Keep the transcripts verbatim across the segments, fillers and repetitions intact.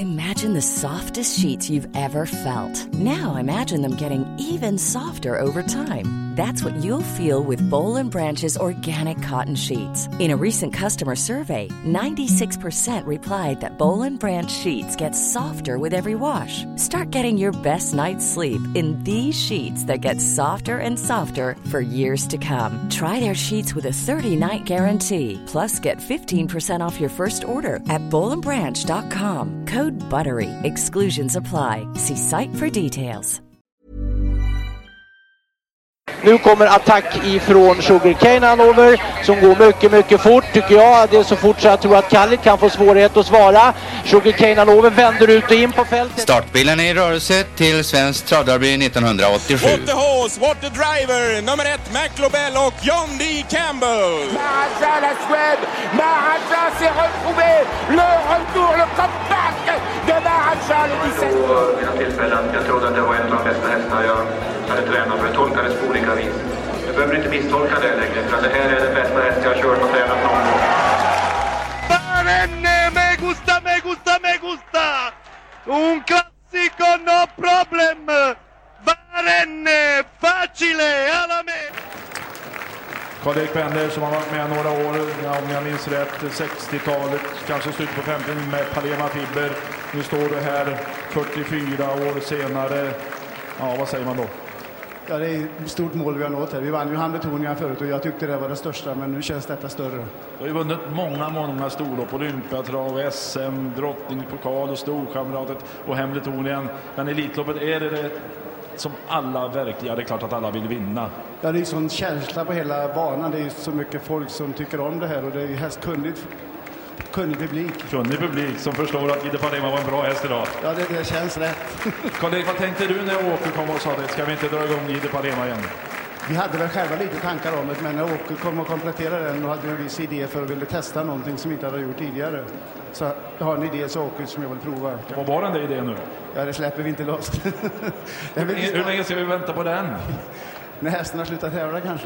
Imagine the softest sheets you've ever felt. Now imagine them getting even softer over time. That's what you'll feel with Boll and Branch's organic cotton sheets. In a recent customer survey, ninety-six percent replied that Boll and Branch sheets get softer with every wash. Start getting your best night's sleep in these sheets that get softer and softer for years to come. Try their sheets with a thirty-night guarantee. Plus, get fifteen percent off your first order at boll and branch dot com. Code BUTTERY. Exclusions apply. See site for details. Nu kommer attack ifrån Sugarcane Hanover som går mycket, mycket fort tycker jag. Det är så fort så jag tror att Kallit kan få svårighet att svara. Sugarcane Hanover vänder ut och in på fältet. Startbilen är i rörelse till Svensk Travderby nittonhundraåttiosju. What the horse, what the driver, nummer ett McLobel och John D. Campbell. Maharaja la Suède, Maharaja s'est retrouvé, le retour, le comeback de Maharaja le dix-sept. Vid mina tillfällen, jag trodde att det var en av de bästa hästar jag hade tränat för. Jag tolkade det på olika vis. Du behöver inte misstolka det längre, för det här är den bästa häst jag har kört och tränat någon gång. Barenne, me gusta, me gusta, me gusta! Un classico, no problem! Barenne, facile, alla med! Karl-Erik Bender som har varit med några år, ja, om jag minns rätt, sextiotalet, kanske slutet på femtio med Palema Fiber. Nu står du här fyrtiofyra år senare. Ja, vad säger man då? Ja, det är ett stort mål vi har nått här. Vi vann ju Hamiltonia förut och jag tyckte det var det största, men nu känns detta större. Du har ju vunnit många, många storlopp, Olympiatrav, S M, Drottningpokal och Storkamratet och Hamiltonien. Men Elitloppet, är det det som alla verkligen, det är klart att alla vill vinna. Ja, det är ju sån känsla på hela banan. Det är ju så mycket folk som tycker om det här och det är ju hästkunnigt. Kunnig publik. Kunnig publik som förstår att Guido Palema var en bra häst idag. Ja, det, det känns rätt. Karl-Erik, vad tänkte du när Åke kom och sa det? Ska vi inte dra igång Guido Palema igen? Vi hade väl själva lite tankar om det, men när Åke kom och kompletterade den och hade en viss idé för att ville testa någonting som vi inte hade gjort tidigare. Så jag har en idé så Åke som jag vill prova. Vad var den där idén nu? Ja, det släpper vi inte loss. Hur, hur länge ska vi vänta på den? När hästarna slutar tävla kanske.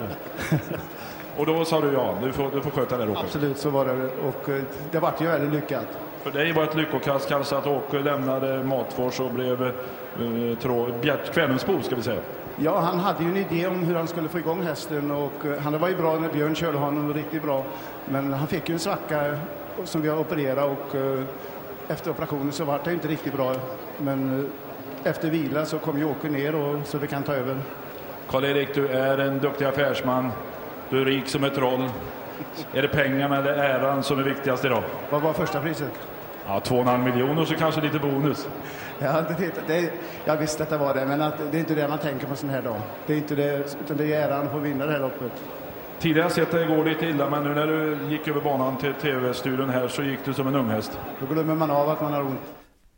Och då sa du ja, du får, du får sköta det Åke. Absolut, så var det. Och det var ju väldigt lyckat. För dig var ett lyckokast kanske att Åke lämnade Matfors och blev eh, trå, Bjärt Kvänensbo ska vi säga. Ja, han hade ju en idé om hur han skulle få igång hästen och uh, han var ju bra när Björn körde honom riktigt bra. Men han fick ju en svacka som vi har opererat och uh, efter operationen så var det inte riktigt bra. Men uh, efter vila så kom ju Åke ner och, så vi kan ta över. Karl-Erik, du är en duktig affärsman. Du är rik som ett troll. Är det pengarna eller äran som är viktigast idag? Vad var första priset? Ja, två och en halv miljoner så kanske lite bonus. Ja, det, det, jag visste att det var det, men att det är inte det man tänker på sån här dag. Det är inte det, utan det är äran att få vinna det här loppet. Tidigare sett det går lite illa, men nu när du gick över banan till tv-studion här så gick du som en ung häst. Då glömmer man av att man har ont.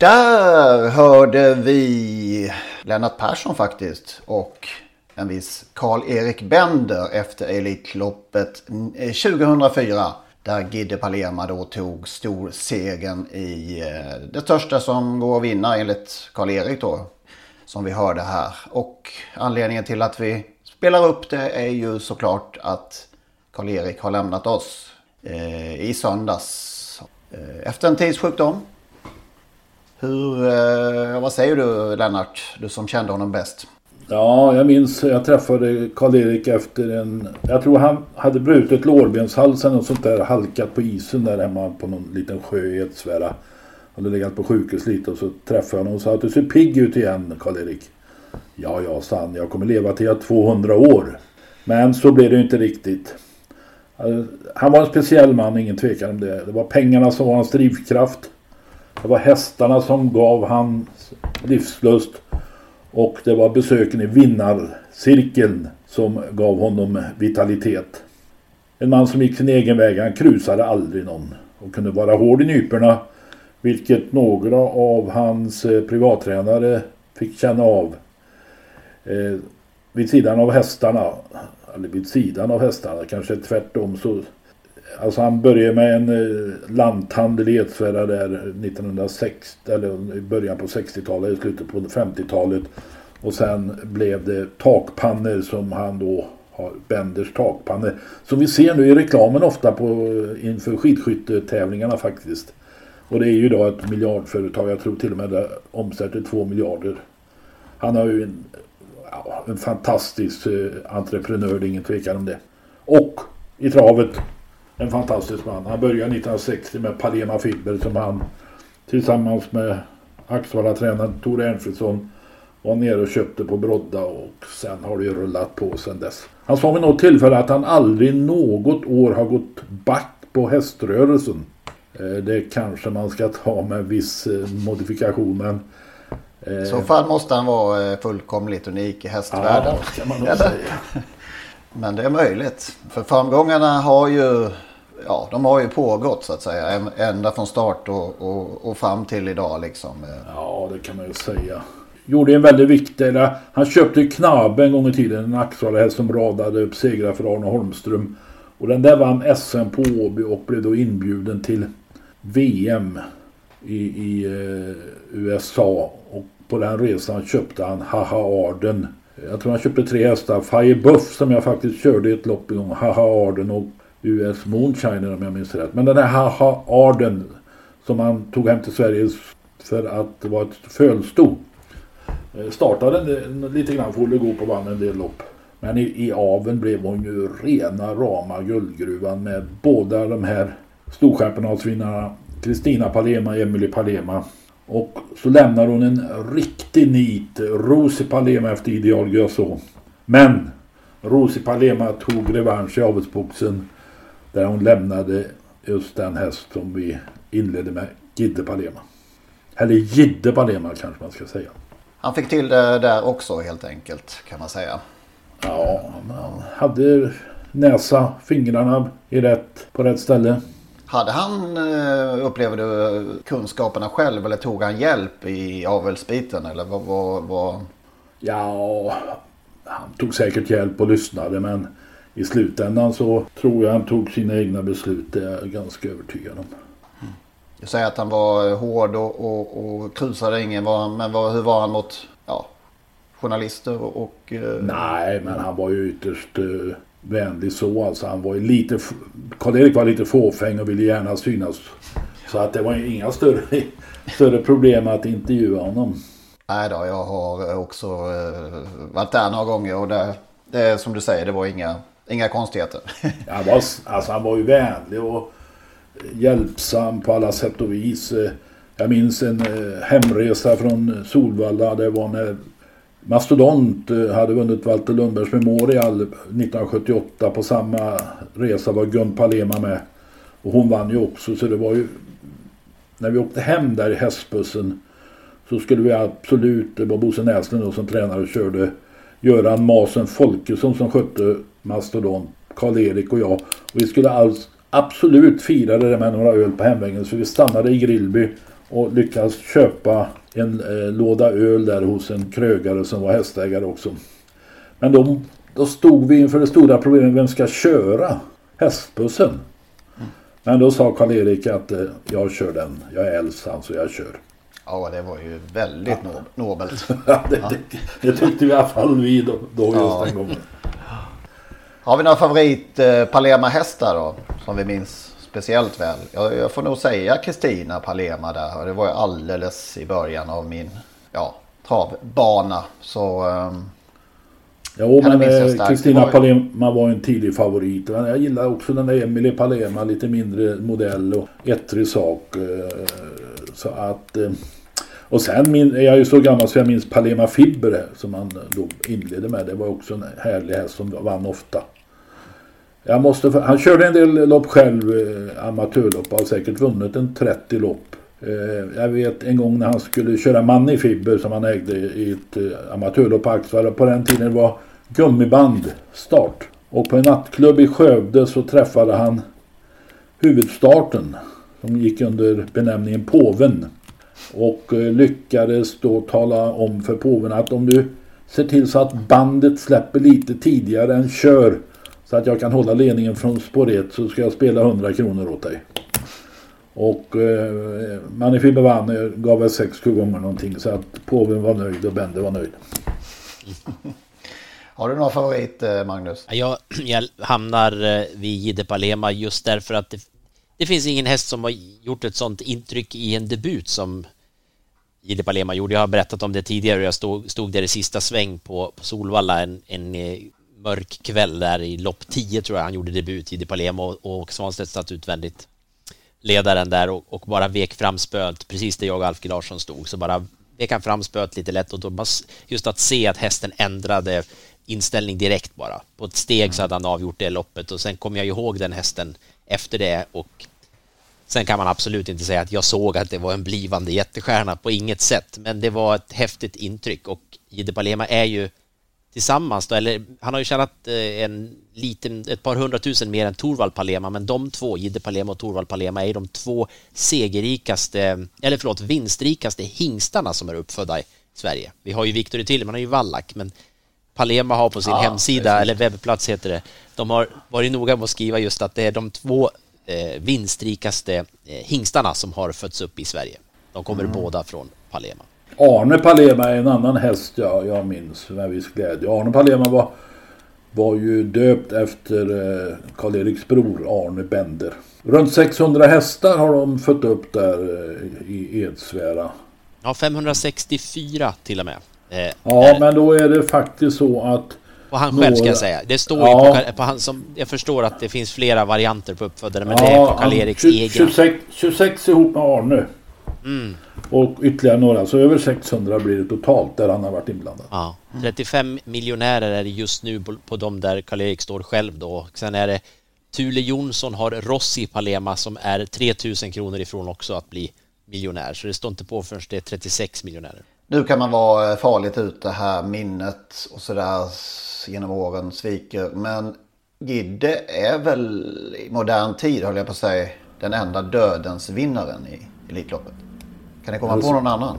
Där hörde vi Lennart Persson faktiskt och en viss Karl-Erik Bender efter Elitloppet tjugohundrafyra. Där Guido Palema då tog stor segern i eh, det största som går att vinna enligt Karl-Erik då. Som vi hörde här. Och anledningen till att vi spelar upp det är ju såklart att Karl-Erik har lämnat oss eh, i söndags. Eh, efter en tids sjukdom. Hur, eh, vad säger du Lennart? Du som kände honom bäst. Ja, jag minns jag träffade Karl-Erik efter en... Jag tror han hade brutit lårbenshalsen och sånt där, halkat på isen där hemma på någon liten sjö i Edsvära. Hade legat på sjukhus lite och så träffade jag honom och sa att du ser pigg ut igen, Karl-Erik. Ja, ja, sa han. Jag kommer leva till jag tvåhundra år. Men så blev det ju inte riktigt. Han var en speciell man, ingen tvekan om det. Det var pengarna som var hans drivkraft. Det var hästarna som gav han livslust. Och det var besöken i vinnarcirkeln som gav honom vitalitet. En man som gick sin egen väg, han krusade aldrig någon. Och kunde vara hård i nyperna, vilket några av hans privattränare fick känna av. Eh, vid sidan av hästarna, eller vid sidan av hästarna, kanske tvärtom så... Alltså han började med en eh, lanthandel i Edsvära där nittonhundrasextio, eller i början på sextiotalet, i slutet på femtiotalet. Och sen blev det takpannor som han då har, Benders takpannor. Som vi ser nu i reklamen ofta på inför skidskyttetävlingarna faktiskt. Och det är ju idag ett miljardföretag. Jag tror till och med det omsätter två miljarder. Han har ju en, ja, en fantastisk eh, entreprenör, det är ingen tvekan om det. Och i travet, en fantastisk man. Han började nittonhundrasextio med Palema Fibber som han tillsammans med Axevalla-tränaren Tor Ernfridsson var nere och köpte på Brodda, och sen har det ju rullat på sen dess. Han sa vid något tillfälle att han aldrig något år har gått back på häströrelsen. Det kanske man ska ta med viss modifikation, men i så fall måste han vara fullkomligt unik i hästvärlden. Ja, kan man nog säga. Men det är möjligt. För framgångarna har ju, ja, de har ju pågått så att säga. Ända från start och, och, och fram till idag liksom. Ja, det kan man ju säga. Gjorde en väldigt viktig, han köpte Knabe en gång i tiden, en Axevalla-häst som radade upp segrar för Arne Holmström. Och den där vann S M på Åby och blev då inbjuden till V M i, i uh, U S A. Och på den resan köpte han Haha Arden. Jag tror han köpte tre hästar. Fire Buff som jag faktiskt körde i ett lopp igång. Haha Arden och U S Moonshiner om jag minns rätt. Men den där Haha Arden som han tog hem till Sverige för att det var ett fölsto. Startade lite grann för att gå på vann en del lopp. Men i, i aven blev hon ju rena rama guldgruvan med båda de här storchampionatsvinnarna Kristina Palema och Emily Palema. Och så lämnar hon en riktig nit, Rosie Palema efter Ideal Göso. Men Rosie Palema tog revansch i avelsboxen där hon lämnade just den häst som vi inledde med, Gidde Palema. Eller Gidde Palema kanske man ska säga. Han fick till det där också helt enkelt kan man säga. Ja, han hade näsa, fingrarna i rätt, på rätt ställe. Hade han, upplevde du kunskaperna själv eller tog han hjälp i avelsbiten eller vad, vad, vad? Ja, han tog säkert hjälp och lyssnade, men i slutändan så tror jag han tog sina egna beslut, det är jag ganska övertygad om. Du säger att han var hård och, och, och krusade ingen, var han, men var, hur var han mot ja, journalister och... och Nej, men han var ju ytterst uh, vänlig så, alltså han var ju lite, Karl-Erik var lite fåfäng och ville gärna synas. Så att det var inga större, större problem att intervjua honom. Nej då, jag har också uh, varit där några gånger och det, det som du säger, det var inga, inga konstigheter. han, var, alltså, han var ju vänlig och hjälpsam på alla sätt och vis. Jag minns en hemresa från Solvalla, det var när Mastodont hade vunnit Walter Lundbergs Memorial nittonhundrasjuttioåtta. På samma resa var Gun Palema med och hon vann ju också, så det var ju när vi åkte hem där i hästbussen så skulle vi absolut, det var Bosse Näslund då som tränare och körde, Göran Masen Folkesson som skötte Mastodont, Karl-Erik och jag, och vi skulle alls absolut firade det med några öl på hemvägen, så vi stannade i Grillby och lyckades köpa en eh, låda öl där hos en krögare som var hästägare också. Men då, då stod vi inför det stora problemet, vem ska köra hästbussen? Mm. Men då sa Karl-Erik att eh, jag kör den, jag är älsam så jag kör. Ja, det var ju väldigt ja. no- nobelt. ja, det, det, det tyckte vi i alla fall vi då, då just ja. den gången. Har vi några favorit eh, Palema-hästar då, som vi minns speciellt väl? Jag, jag får nog säga Kristina Palema där. Det var ju alldeles i början av min ja, travbana. Så, eh, jo, men Kristina ju... Palema var en tidig favorit. Jag gillar också den där Emily Palema, lite mindre modell och ettrig sak. Eh, så att... Eh, och sen min, jag är ju så gammal så jag minns Palema Fibber som han då inledde med. Det var också en härlig häst som vann ofta. Jag måste, han körde en del lopp själv, eh, amatörlopp, har säkert vunnit en trettio lopp. Eh, jag vet en gång när han skulle köra Manny Fibber som han ägde i ett eh, amatörlopp på Axevalla. På den tiden var gummiband start. Och på en nattklubb i Skövde så träffade han huvudstarten som gick under benämningen Påven. Och eh, lyckades då tala om för påven att om du ser till så att bandet släpper lite tidigare än kör så att jag kan hålla ledningen från spår ett så ska jag spela hundra kronor åt dig. Och eh, Manifibber vann, gav väl sex sju gånger någonting så att påven var nöjd och Bende var nöjd. Har du några favorit, Magnus? Jag, jag hamnar vid Gidde Palema just därför att det, det finns ingen häst som har gjort ett sånt intryck i en debut som Jide Palema gjorde. Jag har berättat om det tidigare. Jag stod, stod där i sista sväng på, på Solvalla en, en eh, mörk kväll där i lopp tio tror jag han gjorde debut, Jide Palema, och, och Svanstedt satt utvändigt ledaren där och, och bara vek fram spöet precis där jag och Alf G. Larsson stod, så bara vek han fram spöet lite lätt, och då just att se att hästen ändrade inställning direkt bara. På ett steg så hade han avgjort det loppet, och sen kom jag ihåg den hästen efter det, och sen kan man absolut inte säga att jag såg att det var en blivande jättestjärna på inget sätt, men det var ett häftigt intryck. Och Jide Palema är ju tillsammans då, eller han har ju tjänat en liten, ett par hundratusen mer än Torvald Palema, men de två, Jide Palema och Torvald Palema, är de två segerrikaste, eller förlåt, vinstrikaste hingstarna som är uppfödda i Sverige. Vi har ju Victor Till, man har ju Wallach, men Palema har på sin ja, hemsida, eller webbplats heter det, de har varit noga med att skriva just att det är de två eh, vinstrikaste eh, hingstarna som har fötts upp i Sverige. De kommer mm. båda från Palema. Arne Palema är en annan häst jag, jag minns med viss glädje. Arne Palema var, var ju döpt efter eh, Karl-Eriks bror Arne Bender. Runt sexhundra hästar har de fött upp där eh, i Edsvära. Ja, femhundrasextiofyra till och med. Eh, ja, är... men då är det faktiskt så att... Och han själv ska jag säga. Det står ja. ju på, på han som... Jag förstår att det finns flera varianter på uppfödare, men ja, det är på Karl-Eriks egen. tjugosex, tjugosex ihop med Arne. Mm. Och ytterligare några, så över sexhundra blir det totalt där han har varit inblandad. Ja, trettiofem miljonärer är det just nu på, på de där Karl-Erik står själv då. Sen är det Thule Jonsson har Rossi Palema som är tre tusen kronor ifrån också att bli miljonär. Så det står inte på förrän det är trettiosex miljonärer. Nu kan man vara farligt ute här, minnet och sådär genom åren sviker. Men Gidde är väl i modern tid, håller jag på att säga, den enda dödens vinnaren i Elitloppet. Kan det komma alltså, på någon annan?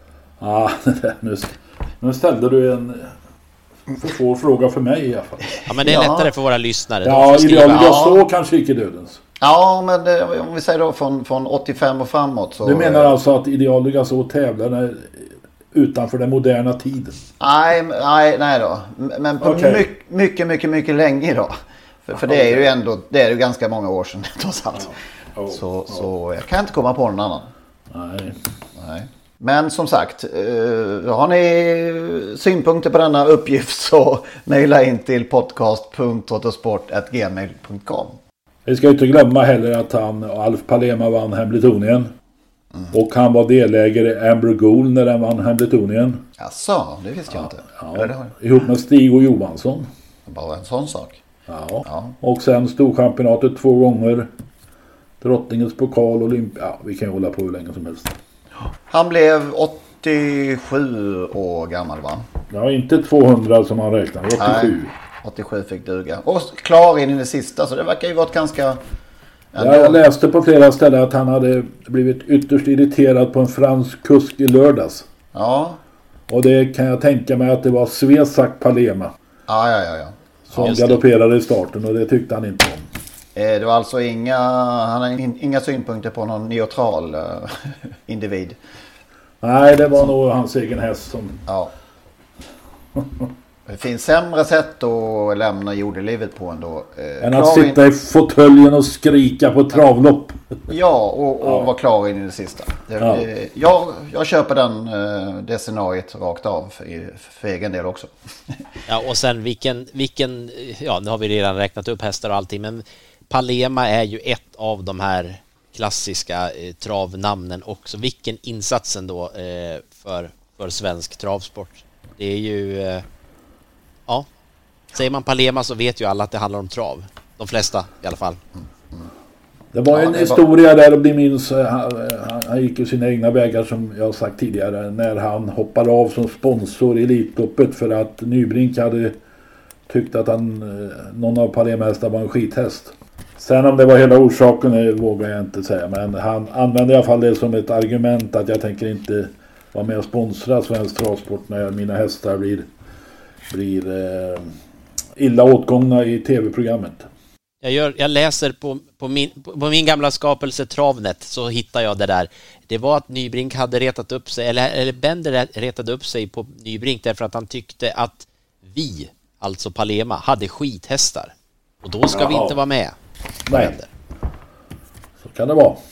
Ja, nu, nu ställde du en för svår fråga för mig i alla fall. Ja, men det är ja. lättare för våra lyssnare. Ja, idealiga ja. så kanske inte dödens. Ja, men det, om vi säger då från, från åttiofem och framåt. Så, du menar alltså att idealiga så tävlar utanför den moderna tiden? Nej, nej, nej då. Men på okay. mycket, mycket, mycket, mycket länge då. För, för det är ju ändå, det är ju ganska många år sedan trots allt. Ja. Oh, så, oh. så jag kan inte komma på någon annan. Nej. Nej. Men som sagt, uh, har ni synpunkter på denna uppgift så mejla in till podcast punkt trottosport at gmail punkt com. Vi ska inte glömma heller att han, Alf Palema, vann Hambletonien. Mm. Och han var delägare i Amber Gold när han vann Hambletonien. Jaså, det visste jag ja, inte. Ja, det ihop med Stig och Johansson. Bara en sån sak. Ja. ja. Och sen stod championatet två gånger. Drottningens pokal, Olympia. Ja, vi kan ju hålla på hur länge som helst. Han blev åttiosju år gammal, va? Ja, inte tvåhundra som han räknade. åttiosju. Nej, åttiosju fick duga. Och klar in i det sista, så det verkar ju vara ett ganska... Ja, jag läste på flera ställen att han hade blivit ytterst irriterad på en fransk kusk i lördags. Ja. Och det kan jag tänka mig att det var Svesak Palema. Ja, ja, ja. ja. Som galopperade i starten, och det tyckte han inte om. Det var alltså inga, han har inga synpunkter på någon neutral uh, individ. Nej, det var som, nog hans egen häst som... Ja. Det finns sämre sätt att lämna jordelivet på ändå. Eh, Än att sitta in... i fåtöljen och skrika på travlopp. Ja, och, och ja. vara klar in i det sista. Det, ja. det, jag, jag köper den, det scenariet rakt av för, för egen del också. Ja, och sen vilken, vilken, ja nu har vi redan räknat upp hästar och allting, men Palema är ju ett av de här klassiska eh, travnamnen också. Vilken insatsen då eh, för, för svensk travsport. Det är ju... Eh, ja, säger man Palema så vet ju alla att det handlar om trav. De flesta i alla fall. Mm. Mm. Det var en ja, historia var... där, och det minns han, han gick ju sina egna vägar som jag har sagt tidigare, när han hoppade av som sponsor i Elitloppet för att Nybrink hade tyckt att han, någon av Palema-hästar var en skithäst. Sen om det var hela orsaken vågar jag inte säga, men han använde i alla fall det som ett argument att jag tänker inte vara med och sponsra svensk travsport när mina hästar blir, blir eh, illa åtgångna i tv-programmet. Jag, gör, jag läser på, på, min, på min gamla skapelse Travnet, så hittar jag det där. Det var att Nybrink hade retat upp sig, eller, eller Bender retade upp sig på Nybrink därför att han tyckte att vi, alltså Palema, hade skithästar. Och då ska Jaha. vi inte vara med. Nej. Så kan det vara.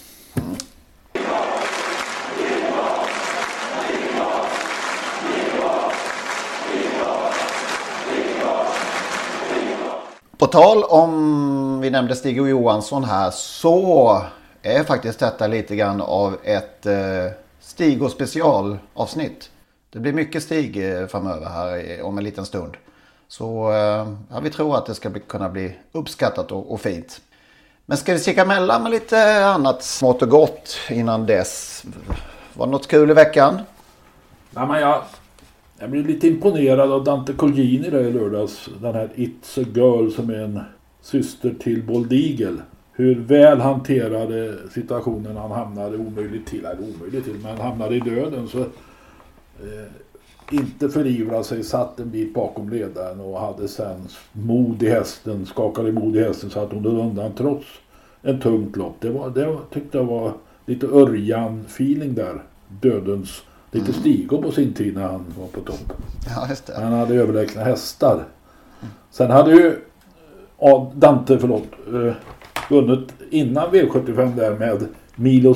På tal om, vi nämnde Stig och Johansson här, så är faktiskt detta lite grann av ett eh, Stig och specialavsnitt. Det blir mycket Stig eh, framöver här om en liten stund. Så eh, ja, vi tror att det ska bli, kunna bli uppskattat och, och fint. Men ska vi kika mellan med lite annat smått och gott innan dess? Var det något kul i veckan? Ja, men jag, jag blev lite imponerad av Dante Colgjini där i lördags. Den här It's a Girl som är en syster till Bold Eagle. Hur väl hanterade situationen han hamnade omöjligt till, eller omöjligt till, men han hamnade i döden. Så eh, inte förivra sig, satt en bit bakom ledaren och hade sen mod i hästen, skakade mod i hästen så att hon död undan trots en tungt lopp. Det, var, det tyckte jag var lite Örjan-feeling där, dödens. Lite Stigo på sin tid när han var på topp. Ja, just det. Han hade överlägsna hästar. Mm. Sen hade ju ja, Dante förlåt, eh, vunnit innan V sjuttiofem där med Milos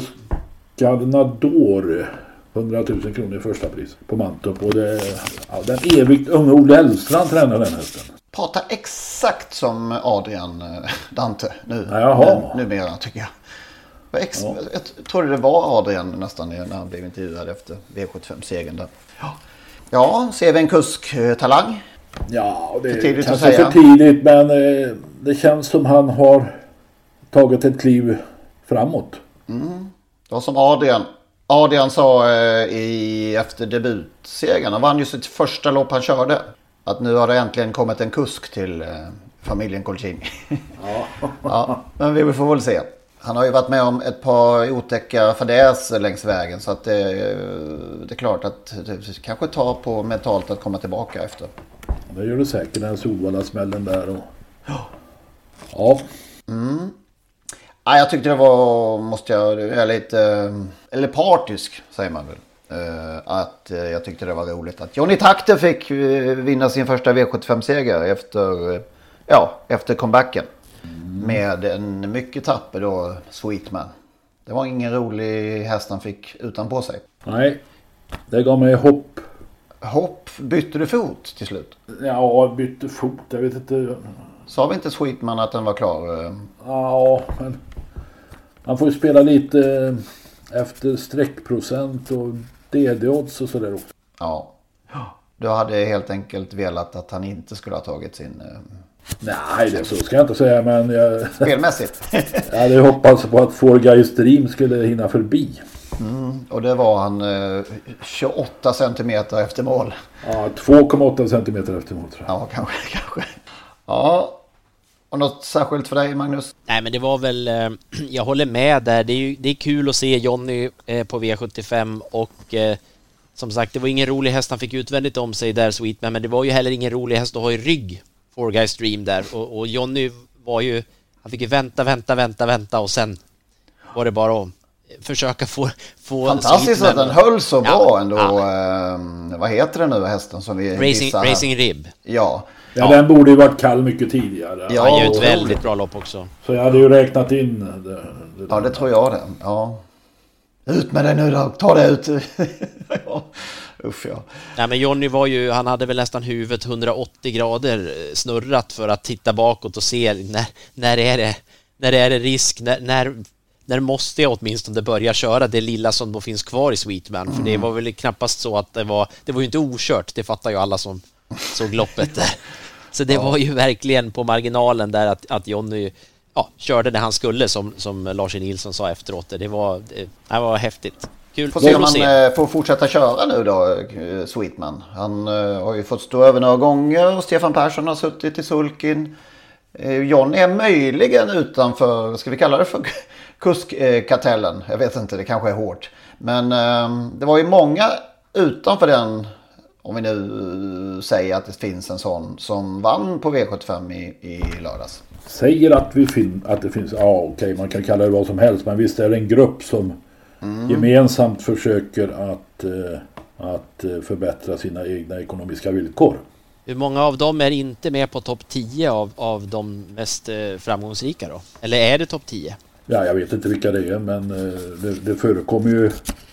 Garnador. hundratusen kronor i första pris på Mantorp. Och det, ja, den evigt unge Olle Hellstrand tränar den hästen. Pratar exakt som Adrian Dante nu. Jaha. Nu, numera tycker jag. Ex- ja. Jag trodde det var Adrian nästan när han blev intervjuad efter V sjuttiofem-segern där. Ja. ja, ser vi en kusk-talang? Ja, det är för kanske för tidigt, men eh, det känns som han har tagit ett kliv framåt. Mm. Det var som Adrian. Adrian sa eh, i, efter debutsegern, han vann ju sitt första lopp han körde, att nu har det äntligen kommit en kusk till eh, familjen Colgjini. Ja. Ja, men vi får väl se. Han har ju varit med om ett par otäcka fadäser längs vägen, så att det, det är klart att det kanske tar på mentalt att komma tillbaka efter. Det gör det säkert, den Solvalla-smällen där. Och... Ja. Mm. Ja, jag tyckte det var, måste jag, är lite, eller partisk säger man väl. Att jag tyckte det var roligt att Johnny Takter fick vinna sin första V sjuttiofem-seger efter, ja, efter comebacken. Mm. Med en mycket tapper då, Sweetman. Det var ingen rolig häst han fick utan på sig. Nej, det gav mig hopp. Hopp? Bytte du fot till slut? Ja, bytte fot, jag vet inte. Sa vi inte Sweetman att den var klar? Ja, men man får ju spela lite efter streckprocent och D D-odds och sådär också. Ja, du hade helt enkelt velat att han inte skulle ha tagit sin... Nej, det så ska jag inte säga, men jag... Spelmässigt. Jag hade hoppats på att Four Guys Dream skulle hinna förbi. Mm, och det var han eh, tjugoåtta centimeter efter mål. Ja, två komma åtta centimeter efter mål, tror jag. Ja, kanske, kanske. Ja, och något särskilt för dig, Magnus? Nej, men det var väl, eh, jag håller med där. Det är, ju, det är kul att se Johnny eh, på V sjuttiofem och eh, som sagt, det var ingen rolig häst han fick utvändigt om sig där, Sweetman, men det var ju heller ingen rolig häst att ha i rygg, Four Guys Dream där. Och, och Johnny var ju, han fick ju vänta, vänta, vänta, vänta och sen var det bara att försöka få... få fantastiskt att den höll så bra ja, ändå. Ja. Eh, vad heter den nu, hästen som vi Racing, Racing Rib. Ja. Ja, den borde ju varit kall mycket tidigare. Ja, han gör ett väldigt bra lopp också. Så jag hade ju räknat in det. det ja, det tror jag det. Ja. Ut med det nu då, ta det ut. Ja. Uff, ja. Nej, men Johnny var ju, han hade väl nästan huvudet hundraåttio grader snurrat för att titta bakåt och se när, när är det när är det risk, när, när, när måste jag åtminstone börja köra det lilla som då finns kvar i Sweetman, för mm. det var väl knappast så att det var, det var ju inte okört, det fattar ju alla som såg loppet där. Så det ja. var ju verkligen på marginalen där att, att Johnny ja, körde det han skulle, som, som Lars Nilsson sa efteråt. Det var, det, det var häftigt. Kul. Får se om han får fortsätta köra nu då, Sweetman. Han uh, har ju fått stå över några gånger och Stefan Persson har suttit i sulkin. Uh, John är möjligen utanför, ska vi kalla det för kuskkartellen? Uh, Jag vet inte, det kanske är hårt. Men uh, det var ju många utanför den, om vi nu uh, säger att det finns en sån, som vann på V sjuttiofem i, i lördags. Säger att, vi fin- att det finns, ja okej, okay, man kan kalla det vad som helst, men visst är det en grupp som Mm. gemensamt försöker att, eh, att eh, förbättra sina egna ekonomiska villkor. Hur många av dem är inte med på topp tio av, av de mest eh, framgångsrika då? Eller är det topp tio? Ja, jag vet inte vilka det är, men det, det förekommer ju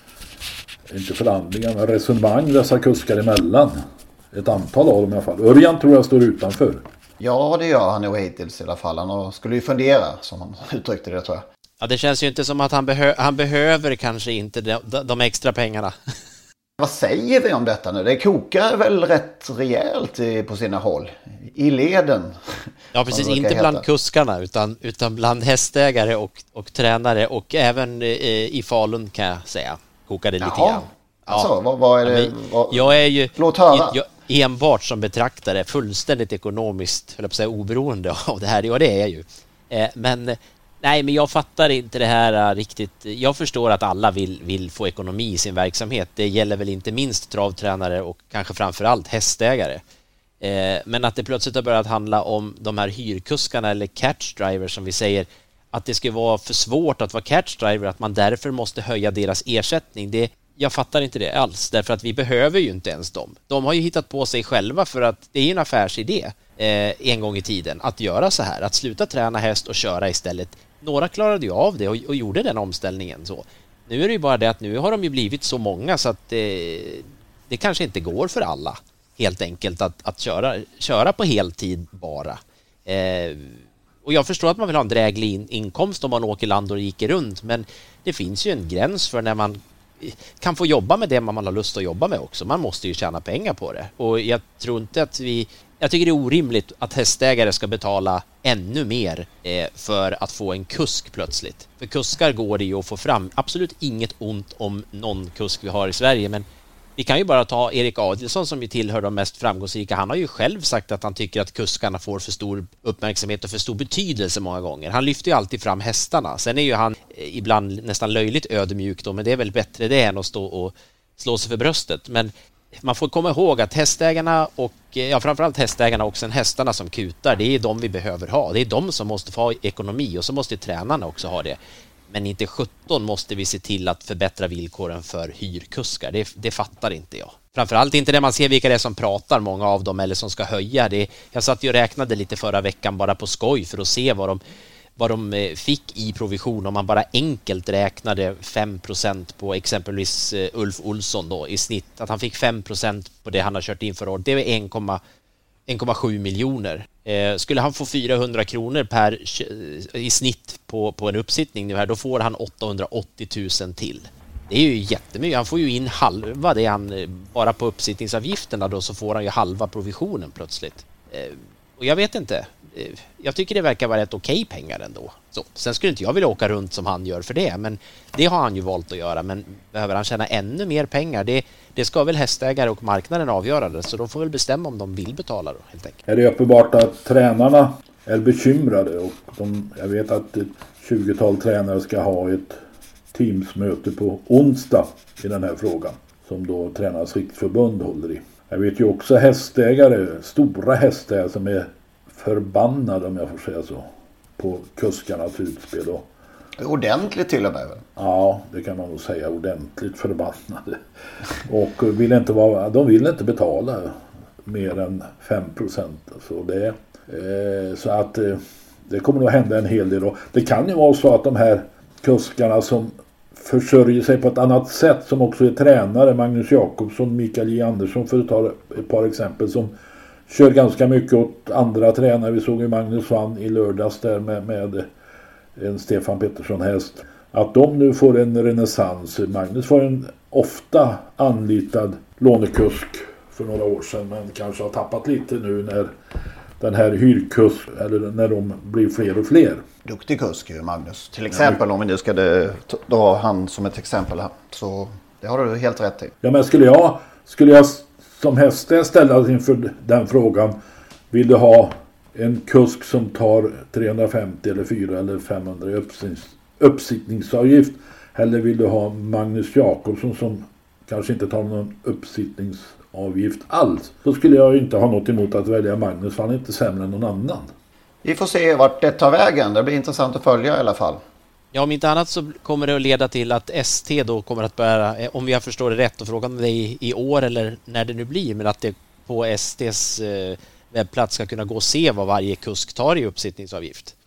inte förhandlingar, men resonemang dessa kuskar emellan. Ett antal av dem i alla fall. Örjan tror jag står utanför. Ja, det gör han nog hittills i alla fall. Han skulle ju fundera, som han uttryckte det, tror jag. Ja, det känns ju inte som att han, behö- han behöver kanske inte de, de extra pengarna. Vad säger vi om detta nu? Det kokar väl rätt rejält i, på sina håll. I leden. Ja, precis. Inte bland heta. kuskarna utan, utan bland hästägare och, och tränare. Och även eh, i Falun kan jag säga. Kokade lite Jaha. grann. Ja. Alltså, vad, vad är det? Ja, vad... Jag är ju Låt höra. Jag, enbart som betraktare fullständigt ekonomiskt, höll jag på att säga, oberoende av det här. Ja, det är jag ju. Eh, men... Nej, men jag fattar inte det här riktigt. Jag förstår att alla vill, vill få ekonomi i sin verksamhet. Det gäller väl inte minst travtränare och kanske framförallt hästägare. Eh, men att det plötsligt har börjat handla om de här hyrkuskarna eller catchdrivers som vi säger, att det ska vara för svårt att vara catchdriver, att man därför måste höja deras ersättning. Det, jag fattar inte det alls, därför att vi behöver ju inte ens dem. De har ju hittat på sig själva för att det är en affärsidé eh, en gång i tiden att göra så här, att sluta träna häst och köra istället. Några klarade ju av det och, och gjorde den omställningen så. Nu är det ju bara det att nu har de ju blivit så många så att det, det kanske inte går för alla helt enkelt att, att köra, köra på heltid bara. Eh, och jag förstår att man vill ha en dräglig in, inkomst om man åker land och rike runt, men det finns ju en gräns för när man kan få jobba med det man har lust att jobba med också. Man måste ju tjäna pengar på det. Och jag tror inte att vi... Jag tycker det är orimligt att hästägare ska betala ännu mer eh, för att få en kusk plötsligt. För kuskar går det ju att få fram. Absolut inget ont om någon kusk vi har i Sverige, men vi kan ju bara ta Erik Adilsson som ju tillhör de mest framgångsrika. Han har ju själv sagt att han tycker att kuskarna får för stor uppmärksamhet och för stor betydelse många gånger. Han lyfter ju alltid fram hästarna. Sen är ju han eh, ibland nästan löjligt ödmjuk då, men det är väl bättre det än att stå och slå sig för bröstet. Men man får komma ihåg att hästägarna och ja, framförallt hästägarna och sen hästarna som kutar, det är de vi behöver ha. Det är de som måste få ekonomi och så måste tränarna också ha det. Men inte sjutton måste vi se till att förbättra villkoren för hyrkuskar. Det, det fattar inte jag. Framförallt inte när man ser vilka det är som pratar, många av dem, eller som ska höja det. Jag satt ju och räknade lite förra veckan bara på skoj för att se vad de vad de fick i provision om man bara enkelt räknade fem procent på exempelvis Ulf Olsson då i snitt, att han fick fem procent på det han har kört in för år. Det är en komma sju miljoner. Eh, skulle han få fyrahundra kronor per i snitt på, på en uppsittning nu här, då får han åttahundraåttio tusen till. Det är ju jättemycket. Han får ju in halva det han, bara på uppsittningsavgifterna då, så får han ju halva provisionen plötsligt. Eh, och jag vet inte. Jag tycker det verkar vara ett okej pengar ändå. Så, sen skulle inte jag vilja åka runt som han gör för det, men det har han ju valt att göra. Men behöver han tjäna ännu mer pengar? Det, det ska väl hästägare och marknaden avgöra det, så de får väl bestämma om de vill betala då, helt enkelt. Är det uppenbart att tränarna är bekymrade och de, jag vet att ett tjugotal tränare ska ha ett teamsmöte på onsdag i den här frågan som då Tränarnas riksförbund håller i. Jag vet ju också hästägare, stora hästägare som är förbannade, om jag får säga så, på kuskarnas utspel. Och, ordentligt till och med. Ja, det kan man nog säga, ordentligt förbannade. Och vill inte vara, de vill inte betala mer än fem procent. Så, det, eh, så att eh, det kommer nog hända en hel del. Och det kan ju vara så att de här kuskarna som försörjer sig på ett annat sätt, som också är tränare, Magnus Jakobsson, Mikael J. Andersson, för att ta ett par exempel, som kör ganska mycket åt andra tränare. Vi såg ju Magnus vann i lördags där med, med en Stefan Pettersson häst. Att de nu får en renässans. Magnus var en ofta anlitad lånekusk för några år sedan, men kanske har tappat lite nu när den här hyrkusk, eller när de blir fler och fler. Duktig kusk ju Magnus. Till exempel ja, om vi nu ska dra han som ett exempel här. Så det har du helt rätt i. Ja, men skulle jag, skulle jag som hästen ställas inför den frågan, vill du ha en kusk som tar trehundrafemtio eller fyra eller femhundra i uppsittnings, uppsittningsavgift, eller vill du ha Magnus Jakobsson som kanske inte tar någon uppsittningsavgift alls, så skulle jag inte ha något emot att välja Magnus, för han är inte sämre än någon annan. Vi får se vart det tar vägen. Det blir intressant att följa i alla fall. Ja, om inte annat så kommer det att leda till att S T då kommer att börja, om jag förstår det rätt, och frågan är i, i år eller när det nu blir, men att det på S T:s eh, webbplats ska kunna gå och se vad varje kusk tar i uppsittningsavgift.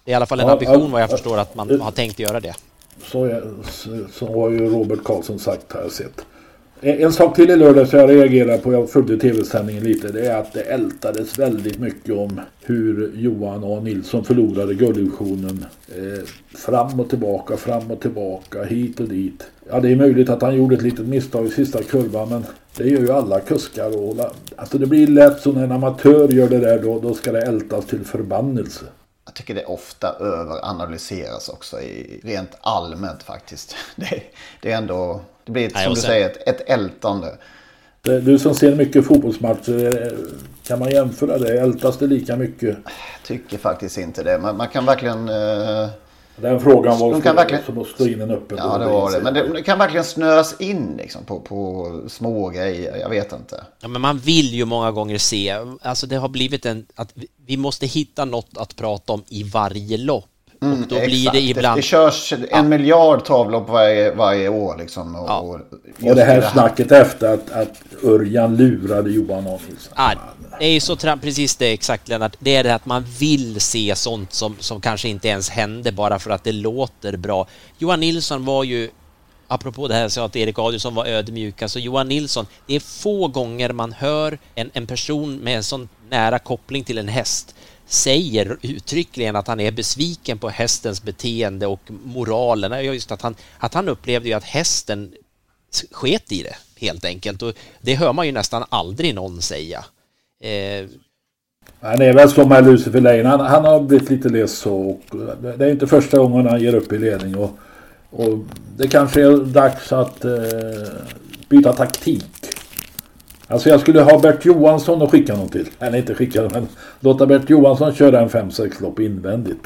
Det är i alla fall en Ja, ambition ja, vad jag ja, förstår att man ja. har tänkt göra det. Så, så, så har ju Robert Karlsson sagt, har jag sett. En, en sak till i lördag så jag reagerar på, jag följde tv-sändningen lite, det är att det ältades väldigt mycket om hur Johan A. Nilsson förlorade gulddivisionen. Eh, fram och tillbaka, fram och tillbaka, hit och dit. Ja, det är möjligt att han gjorde ett litet misstag i sista kurvan, men det gör ju alla kuskar. Och, alltså det blir lätt så när en amatör gör det där, då, då ska det ältas till förbannelse. Jag tycker det ofta överanalyseras också i, rent allmänt faktiskt. Det, det är ändå, det blir ett, Nej, som du sen, säger ett, ett ältande. Det, du som ser mycket fotbollsmatcher, kan man jämföra det? Ältas det lika mycket? Jag tycker faktiskt inte det. Man, man kan verkligen... Eh, Den frågan var de kan verkligen, som att slå in en öppen. Ja, det var det. Men det, det kan verkligen snöras in liksom, på, på små grejer. Jag vet inte. Ja, men man vill ju många gånger se, alltså det har blivit en, att vi, vi måste hitta något att prata om i varje lopp. Mm, och då exakt. blir det ibland... Det, det körs en ja. miljard tavlopp varje, varje år. Liksom, och, ja. och, och det här det snacket här. efter att, att Örjan lurade Johan Nilsson. Ja, det är ju så precis det exakt, Lennart. Det är det att man vill se sånt som, som kanske inte ens hände bara för att det låter bra. Johan Nilsson var ju, apropå det här så att Erik Adielsson var ödmjuk, alltså Johan Nilsson, det är få gånger man hör en, en person med en sån nära koppling till en häst säger uttryckligen att han är besviken på hästens beteende och moralen. Just att han, att han upplevde ju att hästen sket i det helt enkelt, och det hör man ju nästan aldrig någon säga. Eh... Han är väl som med Lucifer Lane, han, han har blivit lite less så, och det är inte första gången han ger upp i ledning, och, och det kanske är dags att eh, byta taktik. Alltså jag skulle ha Bert Johansson och skicka någon till. Eller inte skicka, men låta Bert Johansson köra en fem sex lopp invändigt.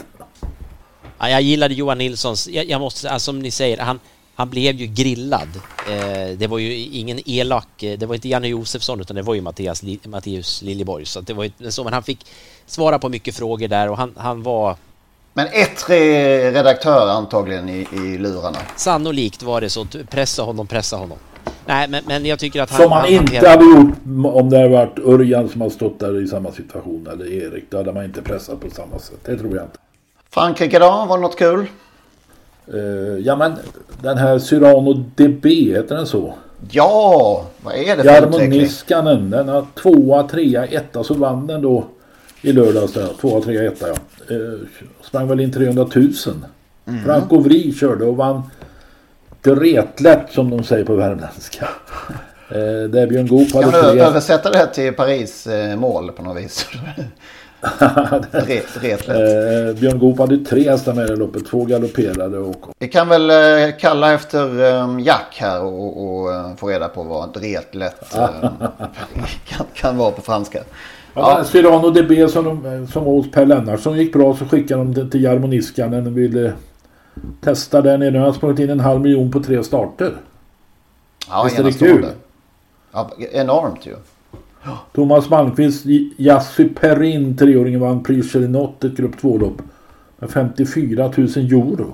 Ja, jag gillade Johan Nilssons, jag, jag måste, alltså, som ni säger, han, han blev ju grillad. Eh, det var ju ingen elak, det var inte Janne Josefsson utan det var ju Mattias, Mattias Liljeborg. Så det var ju så, men han fick svara på mycket frågor där, och han, han var... Men ett redaktör antagligen i, i lurarna. Sannolikt var det så, pressa honom, pressa honom. Nej, men, men jag tycker att han... Som han, han inte hanterade... hade gjort om det hade varit Örjan som har stått där i samma situation, eller Erik. Då hade man inte pressat på samma sätt. Det tror jag inte. Frankrike då? Var det något kul? Uh, ja, men den här Cyrano D B, heter den så? Ja, vad är det för Jarmo Niskanen, den har tvåa, trea, etta, så vann den då i lördags där. Tvåa, trea, etta, ja. Uh, sprang väl in trehundratusen. Mm. Franco Vri körde och vann retlätt, som de säger på värmländska. Eh, det är Björn Goop hade kan du tre... översätta det här till Paris eh, mål på något vis? Ret, retlätt. Eh, Björn Goop hade tre hästar med i loppet, två galopperade. Och... Vi kan väl eh, kalla efter eh, Jack här och, och eh, få reda på vad ett retlätt eh, kan, kan vara på franska. Ja, ja. Cyrano D B som, de, som var hos Per Lennartsson gick bra, så skickade de till, till Jarmo Niskanen och ville testa där nere. Han har sprungit in en halv miljon på tre starter. Ja, visst är det kul? Ja, enormt ju. Ja. Thomas Malmqvist, Jassi Perrin, treåringen, vann Prix Chelinot, ett grupp två-lopp med femtiofyra tusen euro.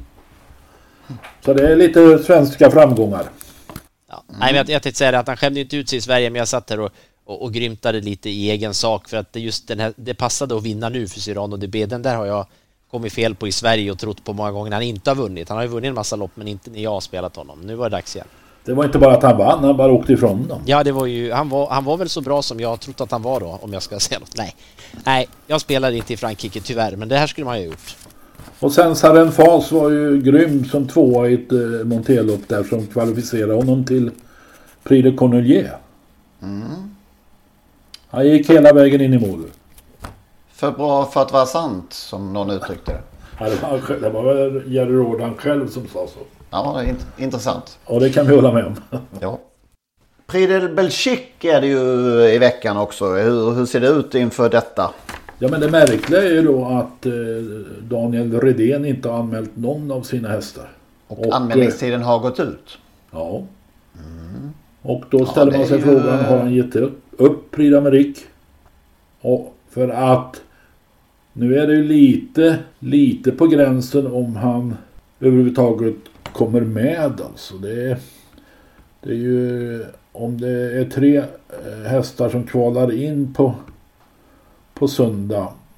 Så det är lite svenska framgångar. Ja. Mm. Nej, men jag, jag tänkte säga att han skämde inte ut sig i Sverige, men jag satt här och, och, och grymtade lite i egen sak, för att det, just den här, det passade att vinna nu för Cyrano D B. Den där har jag kommit fel på i Sverige och trott på många gånger han inte har vunnit. Han har ju vunnit en massa lopp, men inte när jag har spelat honom. Nu var det dags igen. Det var inte bara att han vann, han bara åkte ifrån dem. Ja, det var ju, han var, han var väl så bra som jag har trott att han var då, om jag ska säga något. Nej, Nej jag spelade inte i Frankrike tyvärr, men det här skulle man ju ha gjort. Och sen Saren Fas var ju grym som tvåa i ett eh, Montelopp där, som kvalificerade honom till Prix de Cornelier. Mm. Han gick hela vägen in i mål. För bra för att vara sant, som någon uttryckte det. Ja, det var, det var väl Jerry Jordan själv som sa så. Ja, det är int- intressant. Och det kan vi hålla med om. Ja. Prix de Belgique är det ju i veckan också. Hur, hur ser det ut inför detta? Ja, men det märkliga är ju då att eh, Daniel Redén inte har anmält någon av sina hästar. Och, och anmälningstiden har gått ut. Ja. Mm. Och då ställer ja, man sig ju... frågan, har han gett upp, upp Prix d'Amérique? Och för att nu är det ju lite, lite på gränsen om han överhuvudtaget kommer med. Alltså det är, det är ju, om det är tre hästar som kvalar in på, på söndag,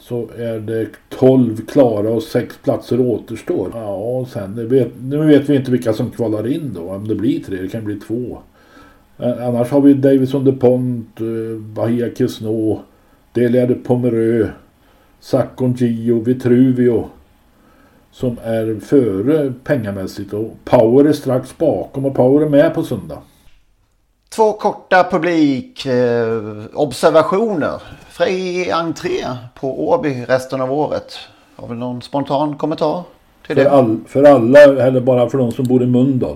så är det tolv klara och sex platser återstår. Ja, och sen det vet, nu vet vi inte vilka som kvalar in då. Om det blir tre, det kan bli två. Annars har vi Davison DuPont, Bahia Kisno, Delia de Pomereux, Sakon Gio, Vitruvio som är före pengamässigt, och Power är strax bakom, och Power är med på söndag. Två korta publikobservationer. Eh, Fri entré på Åby resten av året. Har vi någon spontan kommentar till för det? All, för alla eller bara för de som bor i Mölndal?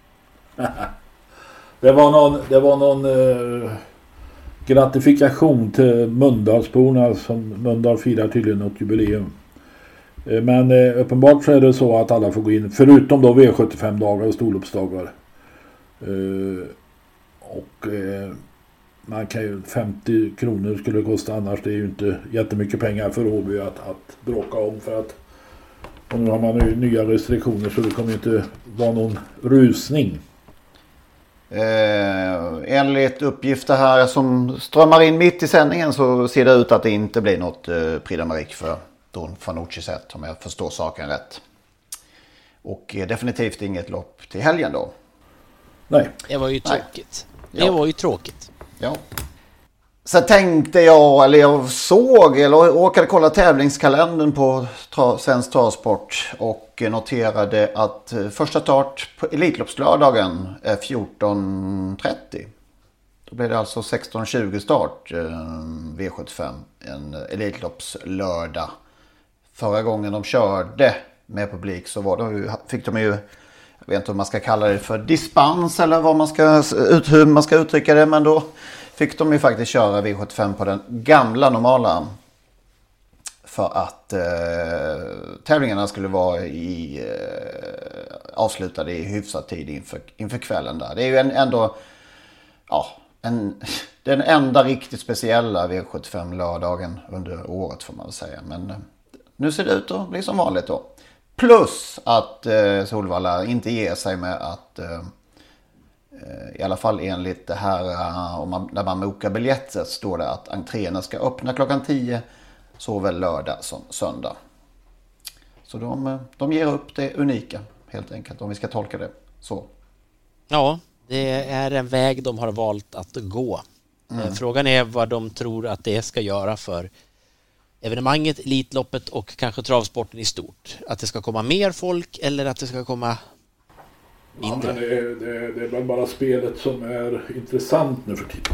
det var någon, det var någon eh, gratifikation till Mölndalsborna som Mölndal firar tydligen något jubileum. Eh, men eh, uppenbart så är det så att alla får gå in, förutom då V sjuttiofem-dagar och storloppsdagar. Eh, och eh, man kan ju, femtio kronor skulle det kosta annars, det är ju inte jättemycket pengar för Åby att, att bråka om, för att och nu har man ju nya restriktioner så det kommer ju inte vara någon rusning. Eh, enligt uppgifter här som strömmar in mitt i sändningen så ser det ut att det inte blir något eh, Prix d'Amérique för Don Fanucci sett, om jag förstår saken rätt. Och eh, definitivt inget lopp till helgen då. Nej. Det var ju tråkigt. Nej. Det var ju tråkigt. Ja. Så tänkte jag, eller jag såg, eller råkade kolla tävlingskalendern på tra, Svensk Travsport och noterade att första start på Elitloppslördagen är fjorton trettio. Då blir det alltså sexton tjugo start V sjuttiofem, en Elitloppslördag. Förra gången de körde med publik så var de, fick de ju, jag vet inte om man ska kalla det för dispens eller vad man ska, hur man ska uttrycka det, men då fick de ju faktiskt köra V sjuttiofem på den gamla normala för att eh, tävlingarna skulle vara i, eh, avslutade i hyfsad tid inför, inför kvällen där. Det är ju en, ändå ja, en, den enda riktigt speciella V sjuttiofem-lördagen under året får man väl säga. Men eh, nu ser det ut att bli som vanligt då. Plus att eh, Solvalla inte ger sig med att eh, i alla fall enligt det här om man, när man bokar biljetter står det att entréerna ska öppna klockan tio såväl lördag som söndag. Så de, de ger upp det unika helt enkelt, om vi ska tolka det så. Ja, det är en väg de har valt att gå. Mm. Frågan är vad de tror att det ska göra för evenemanget, Elitloppet och kanske travsporten i stort. Att det ska komma mer folk eller att det ska komma mindre. Ja, men det, är, det, det är väl bara spelet som är intressant nu för tiden.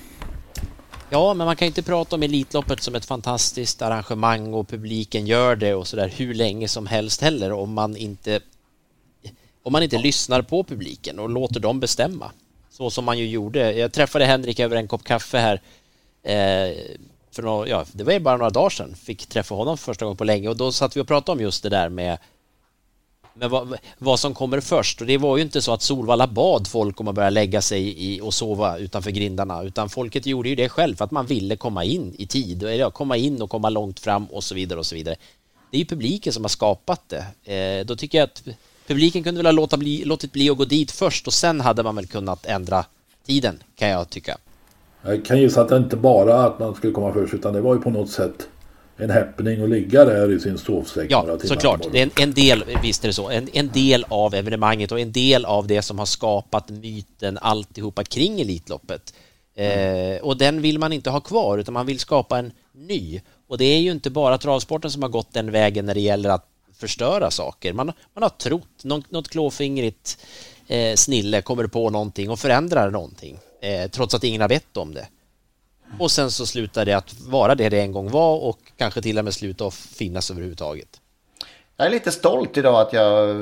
Ja, men man kan inte prata om Elitloppet som ett fantastiskt arrangemang och publiken gör det och sådär hur länge som helst heller om man inte om man inte ja. lyssnar på publiken och låter dem bestämma. Så som man ju gjorde. Jag träffade Henrik över en kopp kaffe här eh, för några, ja, det var ju bara några dagar sedan. Fick träffa honom för första gången på länge och då satt vi och pratade om just det där med Men vad, vad som kommer först. Och det var ju inte så att Solvalla bad folk om att börja lägga sig i och sova utanför grindarna. Utan folket gjorde ju det själv för att man ville komma in i tid. Eller komma in och komma långt fram och så vidare och så vidare. Det är ju publiken som har skapat det. Eh, då tycker jag att publiken kunde väl ha låta bli, låtit bli att gå dit först. Och sen hade man väl kunnat ändra tiden, kan jag tycka. Jag kan gissa att det inte bara att man skulle komma först. Utan det var ju på något sätt en happening att ligga där i sin sovsäck. Ja, såklart. Det är en, en del, visst är det så. En, en del av evenemanget och en del av det som har skapat myten alltihopa kring Elitloppet. Mm. Eh, och den vill man inte ha kvar utan man vill skapa en ny. Och det är ju inte bara travsporten som har gått den vägen när det gäller att förstöra saker. Man, man har trott, något, något klåfingrigt eh, snille kommer på någonting och förändrar någonting. Eh, trots att ingen har bett om det. Och sen så slutar det att vara det det en gång var och kanske till och med sluta att finnas överhuvudtaget. Jag är lite stolt idag att jag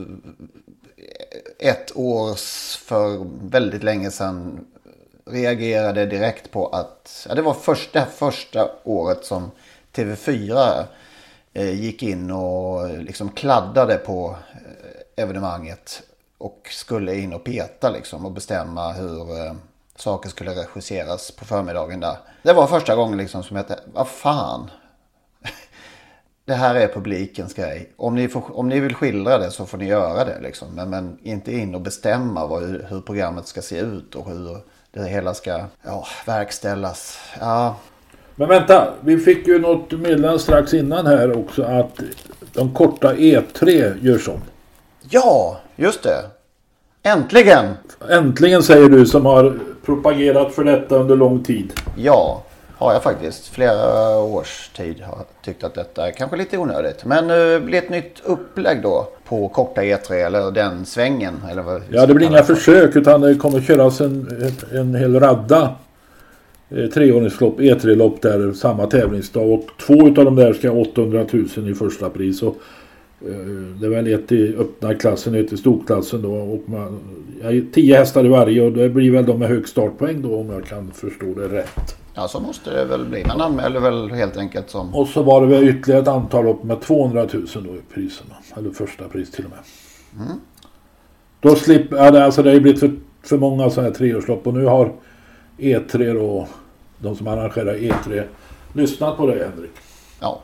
ett år för väldigt länge sedan reagerade direkt på att ja, det var första, första året som T V fyra eh, gick in och liksom kladdade på eh, evenemanget och skulle in och peta liksom, och bestämma hur eh, saker skulle regisseras på förmiddagen där. Det var första gången liksom som jag tänkte, vad fan. Det här är publikens grej. Om ni, får, om ni vill skildra det så får ni göra det liksom. Men, men inte in och bestämma vad, hur programmet ska se ut och hur det hela ska ja, verkställas. Ja. Men vänta, vi fick ju något meddelande strax innan här också att de korta E tre gör som. Ja, just det. Äntligen! Äntligen säger du som har propagerat för detta under lång tid. Ja, har jag faktiskt. Flera års tid har tyckt att detta är kanske lite onödigt. Men nu blir ett nytt upplägg då på korta E tre eller den svängen. Eller vad ja, det blir inga försök utan det kommer köras en, en hel radda eh, treåringslopp, E tre-lopp där samma tävlingsdag. Och två av dem där ska ha åttahundratusen i första pris. Och det är väl ett i öppna klassen, ett i storklassen då, och man, ja, tio hästar i varje och det blir väl de med hög startpoäng då om jag kan förstå det rätt. Ja, så måste det väl bli. Man anmäler väl helt enkelt som... Och så var det väl ytterligare ett antal upp med tvåhundratusen då i priserna, eller första pris till och med. Mm. Då slipper, ja, det, alltså det har ju blivit för, för många sådana här treårslopp och nu har E tre då, de som arrangerar E tre, lyssnat på det, Henrik. Ja.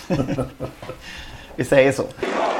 Vi säger så.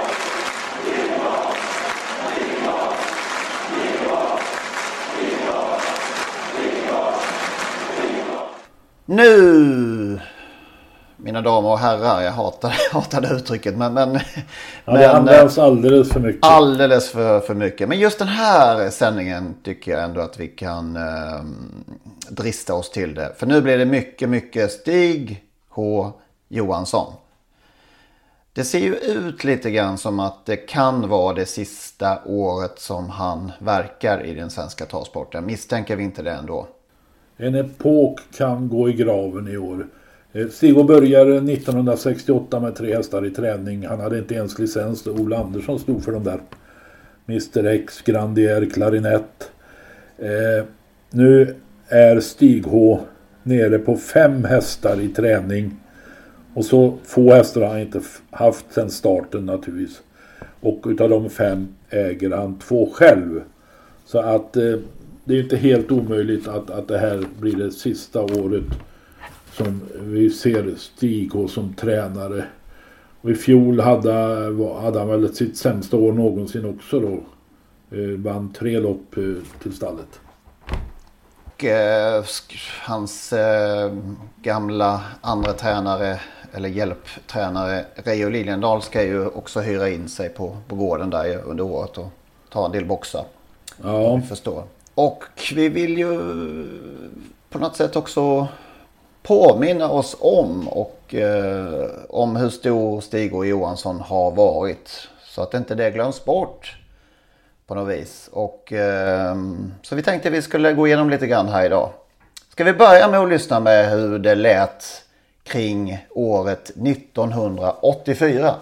Nu, mina damer och herrar, jag hatar, hatar det uttrycket, men, men, ja, det används alldeles för mycket. Alldeles för, för mycket. Men just den här sändningen tycker jag ändå att vi kan eh, drista oss till det. För nu blir det mycket, mycket Stig H. Johansson. Det ser ju ut lite grann som att det kan vara det sista året som han verkar i den svenska travsporten. Misstänker vi inte det ändå? En epok kan gå i graven i år. Stig började nittonhundrasextioåtta med tre hästar i träning. Han hade inte ens licens. Ola Andersson stod för dem där. mister X, Grandier, Klarinett. Eh, nu är Stig H nere på fem hästar i träning. Och så få hästar har han inte haft sedan starten naturligtvis. Och utav de fem äger han två själv. Så att eh, det är inte helt omöjligt att, att det här blir det sista året som vi ser Stig H som tränare. Och i fjol hade, hade han väl sitt sämsta år någonsin också då. Eh, vann tre lopp eh, till stallet. Och eh, hans eh, gamla andra tränare eller hjälptränare Reijo Liljendahl ska ju också hyra in sig på, på gården där under året och ta en del boxar. Ja. Vi förstår. Och vi vill ju på något sätt också påminna oss om och eh, om hur stor Stig och Johansson har varit. Så att inte det glöms bort på något vis. Och, eh, så vi tänkte vi skulle gå igenom lite grann här idag. Ska vi börja med att lyssna med hur det lät kring året nittonhundraåttiofyra.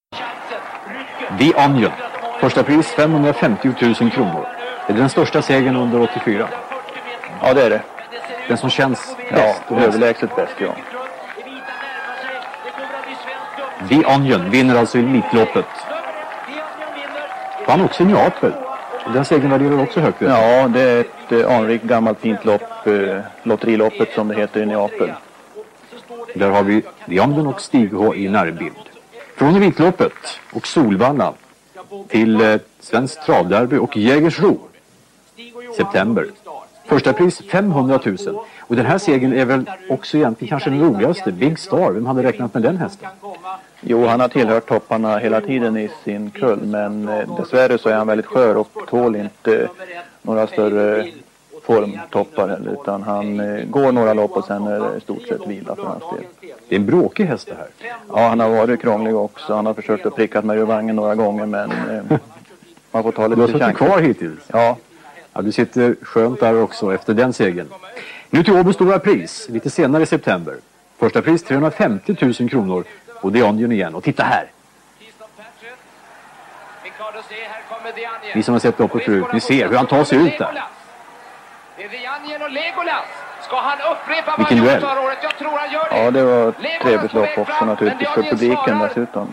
The Onion. Första pris femhundrafemtio tusen kronor. Det är den största segern under åttiofyra. Ja, det är det. Den som känns bäst. Ja, överlägset bäst, ja. The Onion vinner alltså Elitloppet. Han också i Neapel. Den segern värderar också högt. Ja, det är ett eh, anrikt gammalt fint lopp. Eh, lotteriloppet som det heter i Neapel. Där har vi The Onion och Stig H i närbild. Från Elitloppet och Solvalla till eh, Svensk Travderby och Jägersro. September. Första pris femhundratusen. Och den här segern är väl också egentligen kanske den roligaste. Big Star, vem hade räknat med den hästen? Jo, han har tillhört topparna hela tiden i sin kull. Men eh, dessvärre så är han väldigt skör och tål inte eh, några större formtoppar heller. Utan han eh, går några lopp och sen är det i stort sett vila för hans del. Det är en bråkig häst det här. Ja, han har varit krånglig också. Han har försökt att pricka mig ur vagnen några gånger men eh, man får ta lite chans. Du har suttit kvar hittills? Ja. Ja, du sitter skönt där också efter den segern. Nu till Åby Stora pris, lite senare i september. Första pris trehundrafemtio tusen kronor och The Onion igen. Och titta här! Ni som har sett loppet förut, ni ser hur han tar sig ut där. Vilken duell! Ja, det var ett trevligt lopp också naturligtvis för publiken dessutom.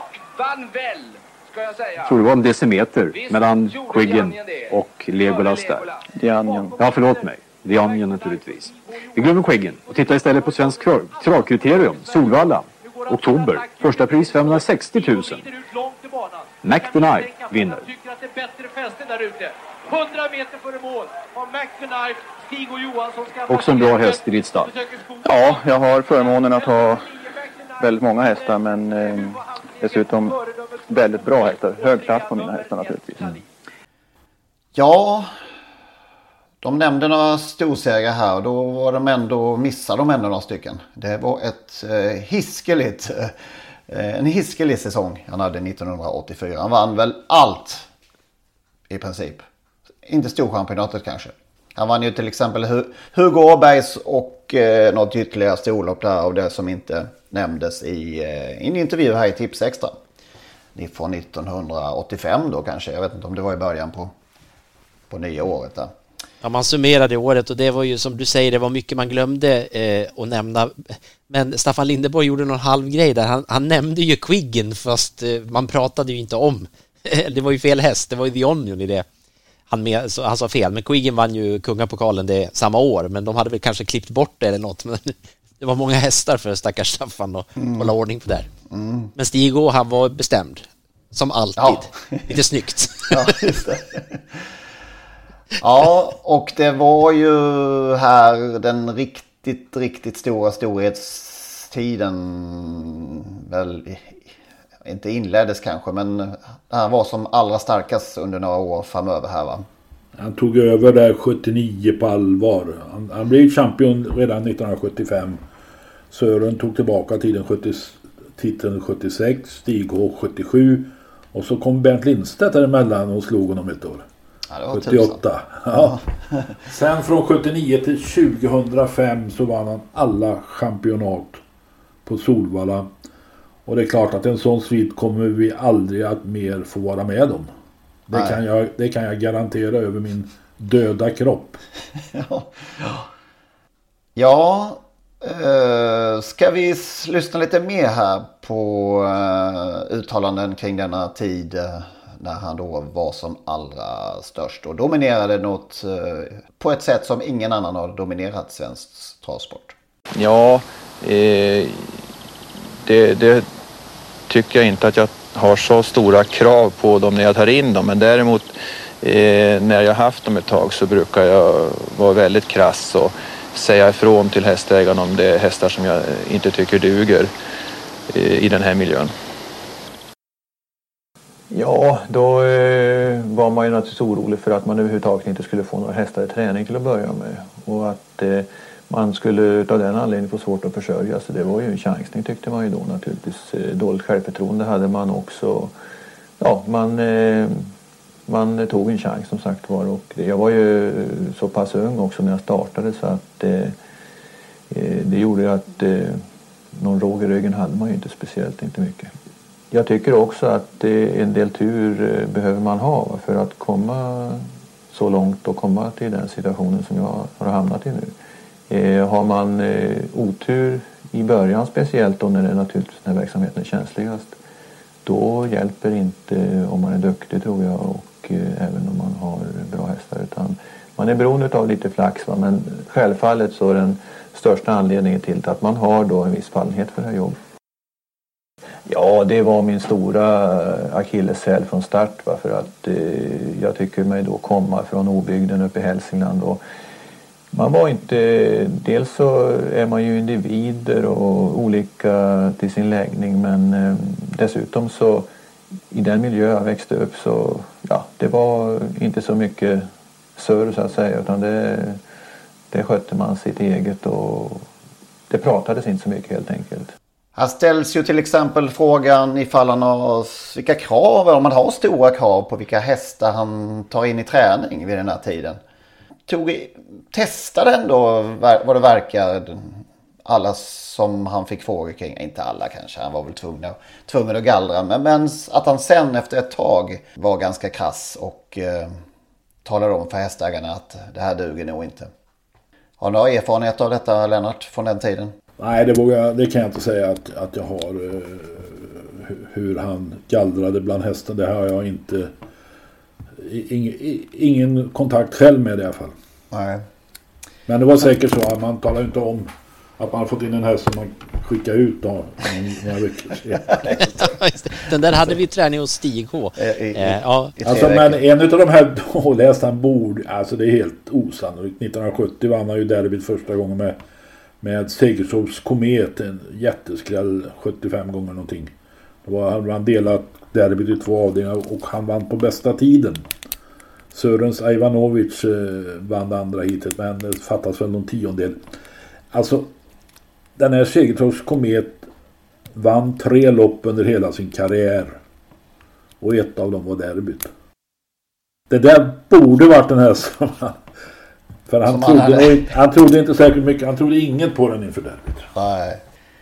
Jag tror det var en decimeter mellan Quiggin och Legolas där. The Onion. Ja, förlåt mig. The Onion naturligtvis. Vi glömmer Quiggin och tittar istället på Svensk Travkriterium. Solvalla. Oktober. Första pris femhundrasextio tusen. Mac the Knife vinner. hundra meter före mål har McKnife, Stig och Johansson ska... Också en bra häst i ditt stall. Ja, jag har förmånen att ha väldigt många hästar, men eh, dessutom väldigt bra hästar. Hög klass på mina hästar naturligtvis. Mm. Ja, de nämnde några storsegrar här och då var de ändå, missade de ändå några stycken. Det var ett eh, hiskeligt, eh, en hiskelig säsong han hade nittonhundraåttiofyra. Han vann väl allt i princip. Inte storchampionatet kanske. Han vann ju till exempel Hugo Åbergs och eh, något ytterligare storlopp där av det som inte nämndes i eh, en intervju här i Tipsextra. Från nittonhundraåttiofem då kanske. Jag vet inte om det var i början på, på nya året där. Ja, man summerade året och det var ju som du säger, det var mycket man glömde eh, att nämna. Men Staffan Lindeborg gjorde någon halv grej där. Han, han nämnde ju Quiggin fast eh, man pratade ju inte om. Det var ju fel häst, det var ju The Onion i det. Han, med, så, han sa fel, men Quiggin vann ju kungapokalen det samma år. Men de hade väl kanske klippt bort det eller något. Men det var många hästar för stackars Staffan att mm. hålla ordning på där. Mm. Men Stig, han var bestämd. Som alltid. Ja. Lite snyggt. Ja, just det. Ja, och det var ju här den riktigt, riktigt stora storhetstiden väl inte inleddes kanske, men han var som allra starkast under några år framöver här va? Han tog över där sjuttionio på allvar. Han, han blev champion redan nittonhundrasjuttiofem. Sören tog tillbaka tiden sjuttio, titeln sjuttiosex, Stig H sjuttiosju och så kom Bernt Lindstedt däremellan och slog honom ett år. Ja, sjuttioåtta. Ja. Sen från sjuttionio till tjugohundrafem så vann han alla championat på Solvalla. Och det är klart att en sån svit kommer vi aldrig att mer få vara med om. Det kan jag, det kan jag garantera över min döda kropp. Ja, ja uh, ska vi lyssna lite mer här på uh, uttalanden kring denna tid uh, när han då var som allra störst och dominerade något uh, på ett sätt som ingen annan har dominerat svensk travsport. Ja, eh, det, det tycker jag inte att jag har så stora krav på dem när jag tar in dem. Men däremot eh, när jag haft dem ett tag så brukar jag vara väldigt krass och säga ifrån till hästägarna om det är hästar som jag inte tycker duger eh, i den här miljön. Ja, då eh, var man ju naturligtvis orolig för att man överhuvudtaget inte skulle få några hästar i träning till att börja med. Och att eh, man skulle av den anledningen få svårt att försörja sig. Det var ju en chansning tyckte man ju då naturligtvis. Dåligt självförtroende hade man också. Ja, man, man tog en chans som sagt var. Och jag var ju så pass ung också när jag startade så att det, det gjorde ju att någon råg i ryggen hade man ju inte speciellt, inte mycket. Jag tycker också att en del tur behöver man ha för att komma så långt och komma till den situationen som jag har hamnat i nu. Eh, har man eh, otur i början speciellt då när det är naturligtvis när verksamheten är känsligast, då hjälper inte om man är duktig tror jag och eh, även om man har bra hästar, utan man är beroende av lite flax va? Men självfallet så är den största anledningen till att man har då en viss fallenhet för det här jobbet. Ja, det var min stora akilleshäl från start va? För att eh, jag tycker mig då komma från obygden uppe i Hälsingland och man var inte, dels så är man ju individer och olika till sin läggning men eh, dessutom så i den miljö jag växte upp så ja, det var inte så mycket surr så att säga utan det, det skötte man sitt eget och det pratades inte så mycket helt enkelt. Här ställs ju till exempel frågan ifall han har, vilka krav, om man har stora krav på vilka hästar han tar in i träning vid den här tiden. Tog, testade ändå vad det verkar alla som han fick frågor kring, inte alla kanske, han var väl tvungen, tvungen att gallra, men, men att han sen efter ett tag var ganska krass och eh, talade om för hästägarna att det här duger nog inte. Har du några erfarenhet av detta Lennart från den tiden? Nej, det, vågar, det kan jag inte säga att, att jag har uh, hur han gallrade bland hästen, det har jag inte ing, ingen kontakt själv med i alla fall. Nej. Men det var säkert så att man talar inte om Att man har fått in en häst som man skickar ut då några veckor sedan. Den där hade vi träning hos Stig H. I, i, eh, ja. Alltså, men en av de här dåligaste han bord, alltså det är helt osannolikt. nittonhundrasjuttio vann han ju derbyt första gången med, med Segershovs Komet, en jätteskräll, sjuttiofem gånger någonting. Då var han, han delat derbyt i två avdelningar och han vann på bästa tiden. Sörens Ivanovic eh, vann det andra hitet, men det fattas väl någon tiondel. Alltså, den här Segershovs Komet vann tre lopp under hela sin karriär. Och ett av dem var derbyt. Det där borde varit den här som han... För han, trodde, han, hade... han trodde inte säkert mycket. Han trodde inget på den inför derbyt. Nej.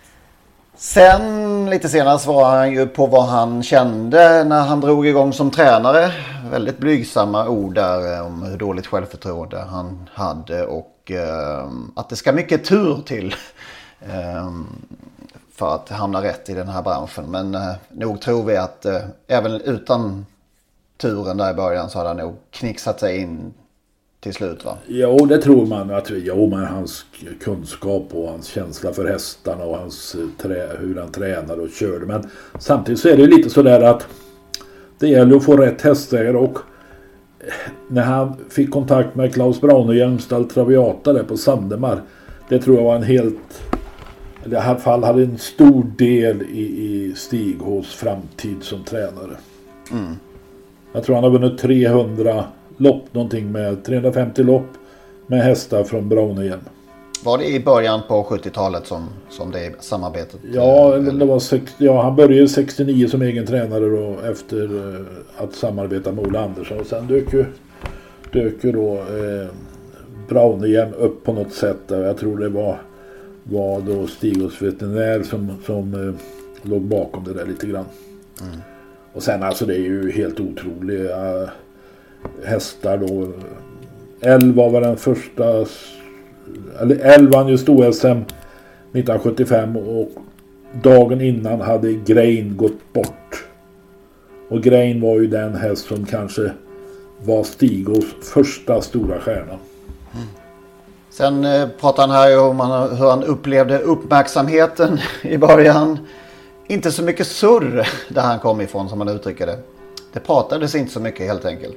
Sen lite senare svarade han ju på vad han kände när han drog igång som tränare. Väldigt blygsamma ord där om hur dåligt självförtroende han hade. Och eh, att det ska mycket tur till eh, för att hamna rätt i den här branschen. Men eh, nog tror vi att eh, även utan turen där i början så hade han nog knixat sig in till slut, va? Jo, det tror man. Att, jo, men hans kunskap och hans känsla för hästarna och hans trä, hur han tränade och körde. Men samtidigt så är det lite sådär att det gäller att få rätt hästägare. Och när han fick kontakt med Klaus Braunehjelm stall Traviata där på Sandemar, det tror jag var en helt... eller i alla fall hade en stor del i, i Stig Hs framtid som tränare. Mm. Jag tror han har vunnit trehundra lopp, någonting med trehundrafemtio lopp med hästar från Braunehjelm. Var det i början på sjuttiotalet som, som det samarbetet? Ja, det var sex, ja, han började sextionio som egen tränare då, efter uh, att samarbeta med Ola Andersson. Och sen dök ju, dök ju då eh, Braunehjelm upp på något sätt. Där. Jag tror det var, var då Stigos veterinär som, som uh, låg bakom det där lite grann. Mm. Och sen alltså det är ju helt otroliga uh, hästar då. L var väl den första, eller L vann ju stor-S M nittonhundrasjuttiofem och dagen innan hade Grain gått bort. Och Grain var ju den häst som kanske var Stigos första stora stjärna. Mm. Sen eh, pratar han här om han, hur han upplevde uppmärksamheten i början. Inte så mycket surr där han kom ifrån, som man uttrycker det. Det pratades inte så mycket helt enkelt.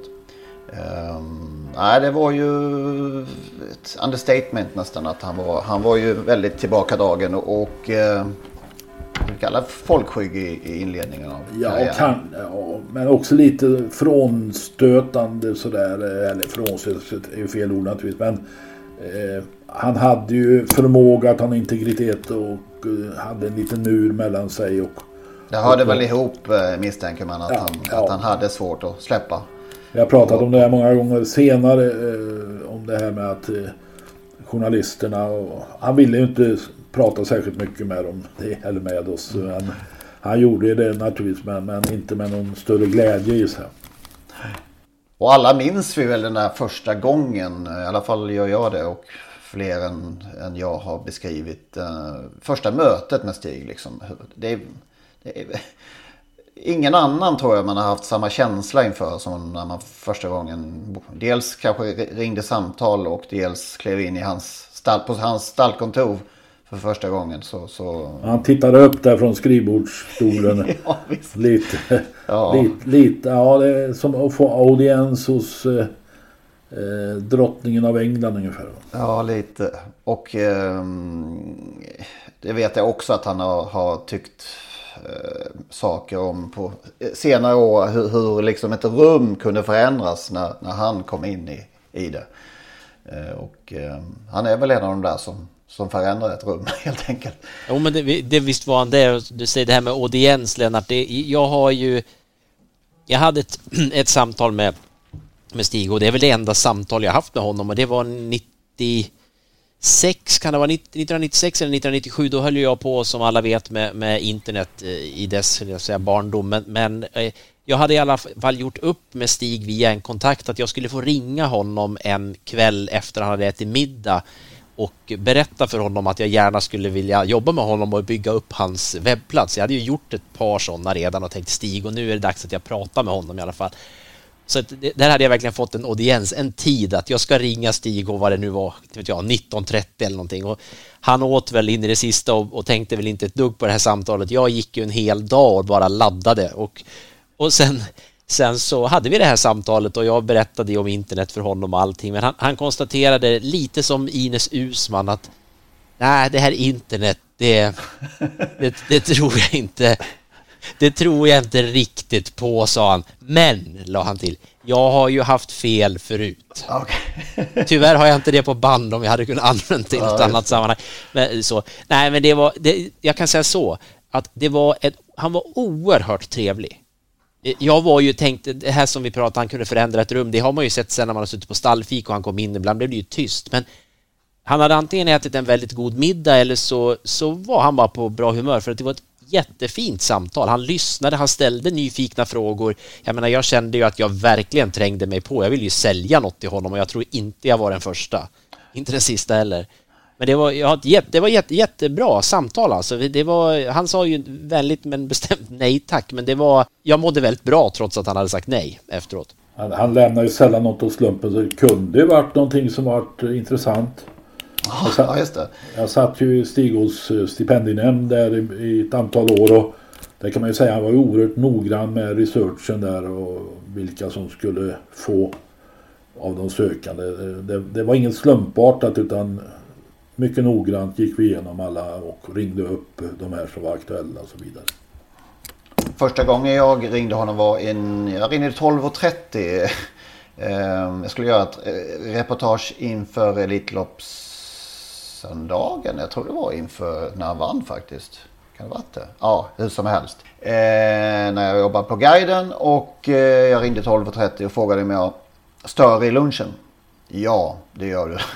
Um, nej, det var ju ett understatement nästan att han var, han var ju väldigt tillbakadragen och, och uh, vi kallar folkskygg i, i inledningen av ja, kan, ja, men också lite frånstötande sådär, eller frånstötande är ju fel ord naturligtvis, men eh, han hade ju förmåga att ha en integritet och uh, hade en liten mur mellan sig och... Det hörde och, väl ihop misstänker man att, ja, han, ja. att han hade svårt att släppa. Jag har pratat om det här många gånger senare, eh, om det här med att eh, journalisterna, och, han ville ju inte prata särskilt mycket med dem, eller med oss. Mm. Han, han gjorde det naturligtvis, men, men inte med någon större glädje i sig. Och alla minns vi väl den där första gången, i alla fall gör jag det och fler än, än jag har beskrivit. Eh, första mötet med Stig liksom. Det är... Det är ingen annan tror jag man har haft samma känsla inför som när man första gången dels kanske ringde samtal och dels klev in i hans stall, på hans stallkontor för första gången. Så, så... Han tittade upp där från skrivbordsstolen. Ja, visst. Lite, ja. lite, lite, ja, det är som att få audiens hos eh, eh, drottningen av England ungefär. Ja, lite. Och eh, det vet jag också att han har, har tyckt saker om på senare år, hur, hur liksom ett rum kunde förändras när, när han kom in i, i det. Eh, och eh, han är väl en av de där som, som förändrar ett rum helt enkelt. Jo, men det, det visst var han det. Du säger det här med audiens, Lennart. Det, jag har ju jag hade ett, ett samtal med, med Stig och det är väl det enda samtal jag haft med honom och det var nittiosex, kan det vara nittonhundranittiosex eller nittonhundranittiosju, då höll jag på som alla vet med, med internet i dess jag säga, barndom, men, men eh, jag hade i alla fall gjort upp med Stig via en kontakt att jag skulle få ringa honom en kväll efter han hade ätit middag och berätta för honom att jag gärna skulle vilja jobba med honom och bygga upp hans webbplats. Jag hade ju gjort ett par sådana redan och tänkt Stig och nu är det dags att jag pratar med honom i alla fall. Så att det, där hade jag verkligen fått en audiens, en tid att jag ska ringa Stig och vad det nu var, vet jag, nitton trettio eller någonting. Och han åt väl in i det sista och, och tänkte väl inte ett dugg på det här samtalet. Jag gick ju en hel dag och bara laddade. Och, och sen, sen så hade vi det här samtalet och jag berättade om internet för honom och allting. Men han, han konstaterade lite som Ines Usman att nej, det här internet, det, det, det tror jag inte... Det tror jag inte riktigt på, sa han. Men, la han till, jag har ju haft fel förut. Okay. Tyvärr har jag inte det på band om jag hade kunnat använda det i något ja, annat sammanhang. Men, så, nej, men det var, det, jag kan säga så, att det var ett, han var oerhört trevlig. Jag var ju tänkt, det här som vi pratade, han kunde förändra ett rum, det har man ju sett sen när man har suttit på stallfik och han kom in, ibland blev det ju tyst. Men han hade antingen ätit en väldigt god middag eller så, så var han bara på bra humör, för att det var ett jättefint samtal. Han lyssnade, han ställde nyfikna frågor. Jag menar, jag kände ju att jag verkligen trängde mig på. Jag ville ju sälja något till honom och jag tror inte jag var den första. Inte den sista heller. Men det var, ja, det var jätte, jättebra samtal alltså. Det var, han sa ju väldigt men bestämt nej tack, men det var, jag mådde väldigt bra trots att han hade sagt nej efteråt. Han, han lämnar ju sällan något åt slumpen, så det kunde ju varit någonting som varit intressant. Jag satt, ja, just det. Jag satt ju i Stigos stipendienämnd där i, i ett antal år och där kan man ju säga att han var ju oerhört noggrann med researchen där och vilka som skulle få av de sökande. Det, det var inget slumpartat utan mycket noggrant gick vi igenom alla och ringde upp de här som var aktuella och så vidare. Första gången jag ringde honom var in, jag ringde tolv och trettio. Jag skulle göra ett reportage inför Elitlopps söndagen, jag tror det var inför när han vann faktiskt. Kan det vara det? Ja, hur som helst. Eh, när jag jobbade på guiden och eh, jag ringde tolv och trettio och frågade om jag stör i lunchen. Ja, det gör du.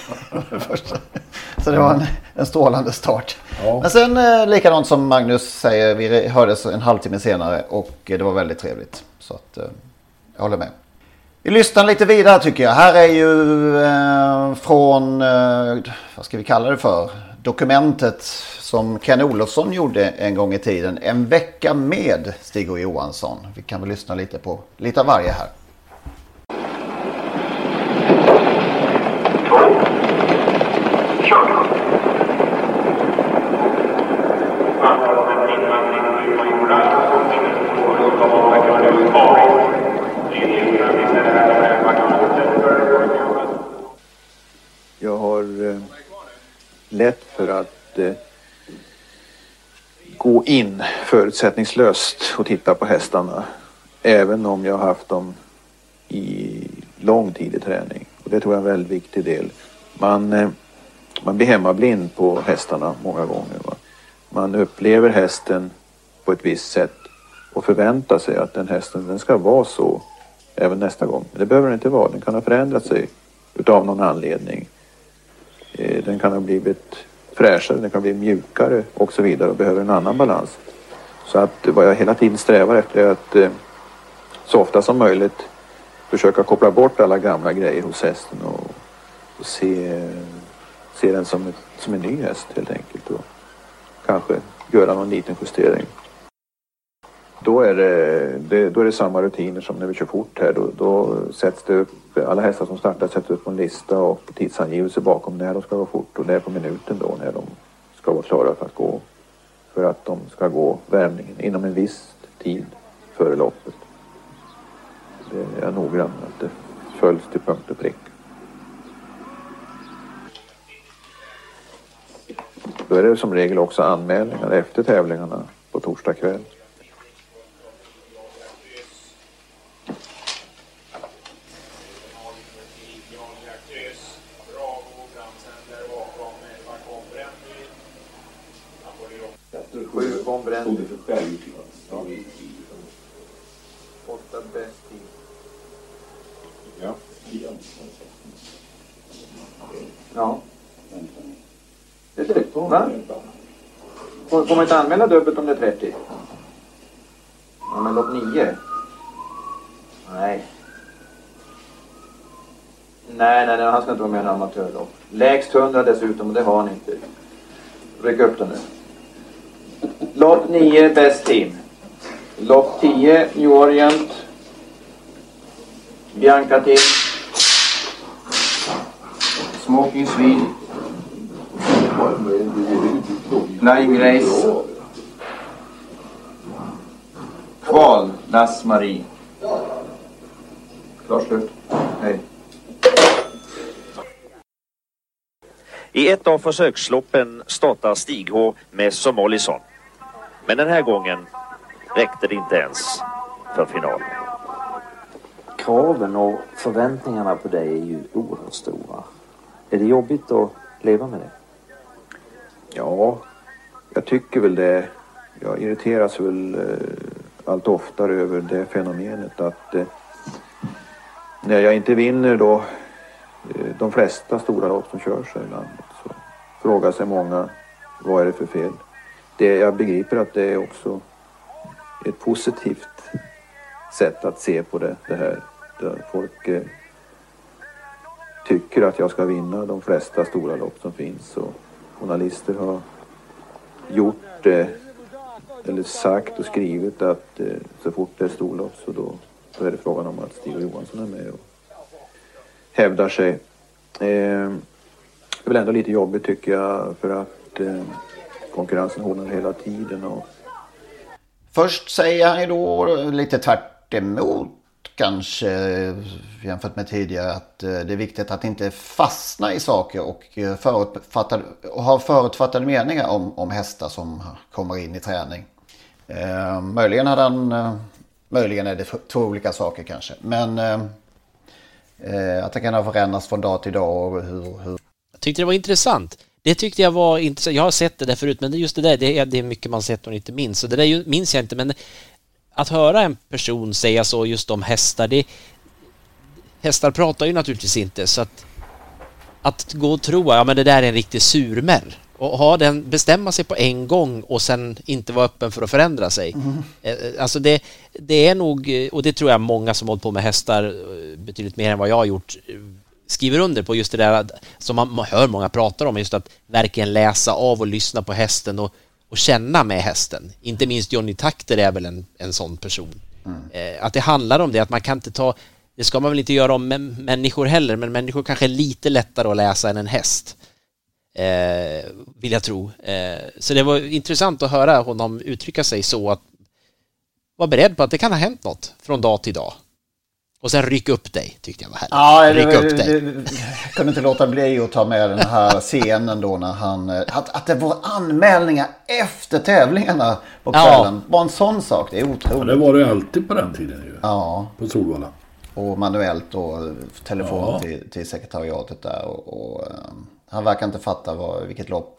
Så det var en, en strålande start. Ja. Men sen eh, likadant som Magnus säger, vi hördes en halvtimme senare och eh, det var väldigt trevligt. Så att eh, jag håller med. Vi lyssnar lite vidare tycker jag. Här är ju eh, från, eh, vad ska vi kalla det för? Dokumentet som Ken Olofsson gjorde en gång i tiden. En vecka med Stig och Johansson. Vi kan väl lyssna lite på lite av varje här. Jag har eh, lätt för att eh, gå in förutsättningslöst och titta på hästarna. Även om jag har haft dem i lång tid i träning. Och det tror jag är en väldigt viktig del. Man, eh, man blir hemmablind på hästarna många gånger. Va? Man upplever hästen på ett visst sätt och förväntar sig att den hästen den ska vara så även nästa gång. Men det behöver den inte vara. Den kan ha förändrat sig utav någon anledning. Den kan ha blivit fräschare, den kan bli mjukare och så vidare och behöver en annan balans. Så att vad jag hela tiden strävar efter är att eh, så ofta som möjligt försöka koppla bort alla gamla grejer hos hästen och, och se, se den som, ett, som en ny häst helt enkelt och kanske göra någon liten justering. Då är det, det, då är det samma rutiner som när vi kör fort här. Då, då sätts det upp, alla hästar som startar sätts upp på en lista och tidsangivelse bakom när de ska gå fort. Och det är på minuten då när de ska vara klara för att gå. För att de ska gå värmningen inom en viss tid före loppet. Det är noggrant att det följs till punkt och prick. Då är det som regel också anmälningar efter tävlingarna på torsdag kväll. Sju kom bränd. Åtta bäst tid. Ja. Ja. Det är det. Va? Får, får man inte anmäla dubbelt om det är trettio? Ja, men lopp nio. Nej. Nej, nej, nej, han ska inte vara med i en amatörlopp. Lägst hundra dessutom, och det har han inte. Ryck upp den nu. Lopp nio, bäst team. Lopp tio, New Orient. Bianca till. Smoking Swede. Flying Grace. Kval, Lass Marie. Klart slut. Hej. I ett av försöksloppen startar Stig H med Somolisson. Men den här gången räckte det inte ens för final. Kraven och förväntningarna på dig är ju oerhört stora. Är det jobbigt att leva med det? Ja, jag tycker väl det. Jag irriteras väl eh, allt oftare över det fenomenet att eh, när jag inte vinner då eh, de flesta stora lopp som körs här i landet så frågar sig många vad är det för fel. Det, jag begriper att det är också ett positivt sätt att se på det, det här. Där folk eh, tycker att jag ska vinna de flesta stora lopp som finns och journalister har gjort det eh, eller sagt och skrivit att eh, så fort det är storlopp så då, då är det frågan om att Stig Johansson är med och hävdar sig. Eh, det är väl ändå lite jobbigt tycker jag för att eh, konkurrensen håller hela tiden. Och... Först säger han ju då lite tvärt emot kanske jämfört med tidigare att det är viktigt att inte fastna i saker och, förutfattade, och ha förutfattade meningar om, om hästar som kommer in i träning. Eh, möjligen hade han, eh, möjligen är det två olika saker kanske, men eh, att det kan ha förändrats från dag till dag och hur, hur... Jag tyckte det var intressant. Det tyckte jag var intressant. Jag har sett det där förut, men just det där, det är, det är mycket man sett och inte minns. Så det där minns jag inte, men att höra en person säga så just om hästar, det, hästar pratar ju naturligtvis inte, så att att gå och tro, ja men det där är en riktig surmär och ha den, bestämma sig på en gång och sen inte vara öppen för att förändra sig. Mm. Alltså det, det är nog, och det tror jag många som hållit på med hästar betydligt mer än vad jag har gjort skriver under på, just det där som man, man hör många pratar om, just att verkligen läsa av och lyssna på hästen och, och känna med hästen. Inte minst Johnny Takter är väl en, en sån person. Mm. Eh, att det handlar om det, att man kan inte ta, det ska man väl inte göra om m- människor heller, men människor kanske är lite lättare att läsa än en häst. Eh, vill jag tro. Eh, så det var intressant att höra honom uttrycka sig så, att vara beredd på att det kan ha hänt något från dag till dag. Och sen ryck upp dig, tyckte jag var härligt. Ja, det, ryck upp dig. Det, det, jag kunde inte låta bli att ta med den här scenen då när han... Att, att det var anmälningar efter tävlingarna på kvällen. Ja. Var en sån sak, det är otroligt. Ja, det var det alltid på den tiden ju. Ja. På Solvalla. Och manuellt och telefon ja. till, till sekretariatet där. Och, och um, han verkar inte fatta vad, vilket lopp.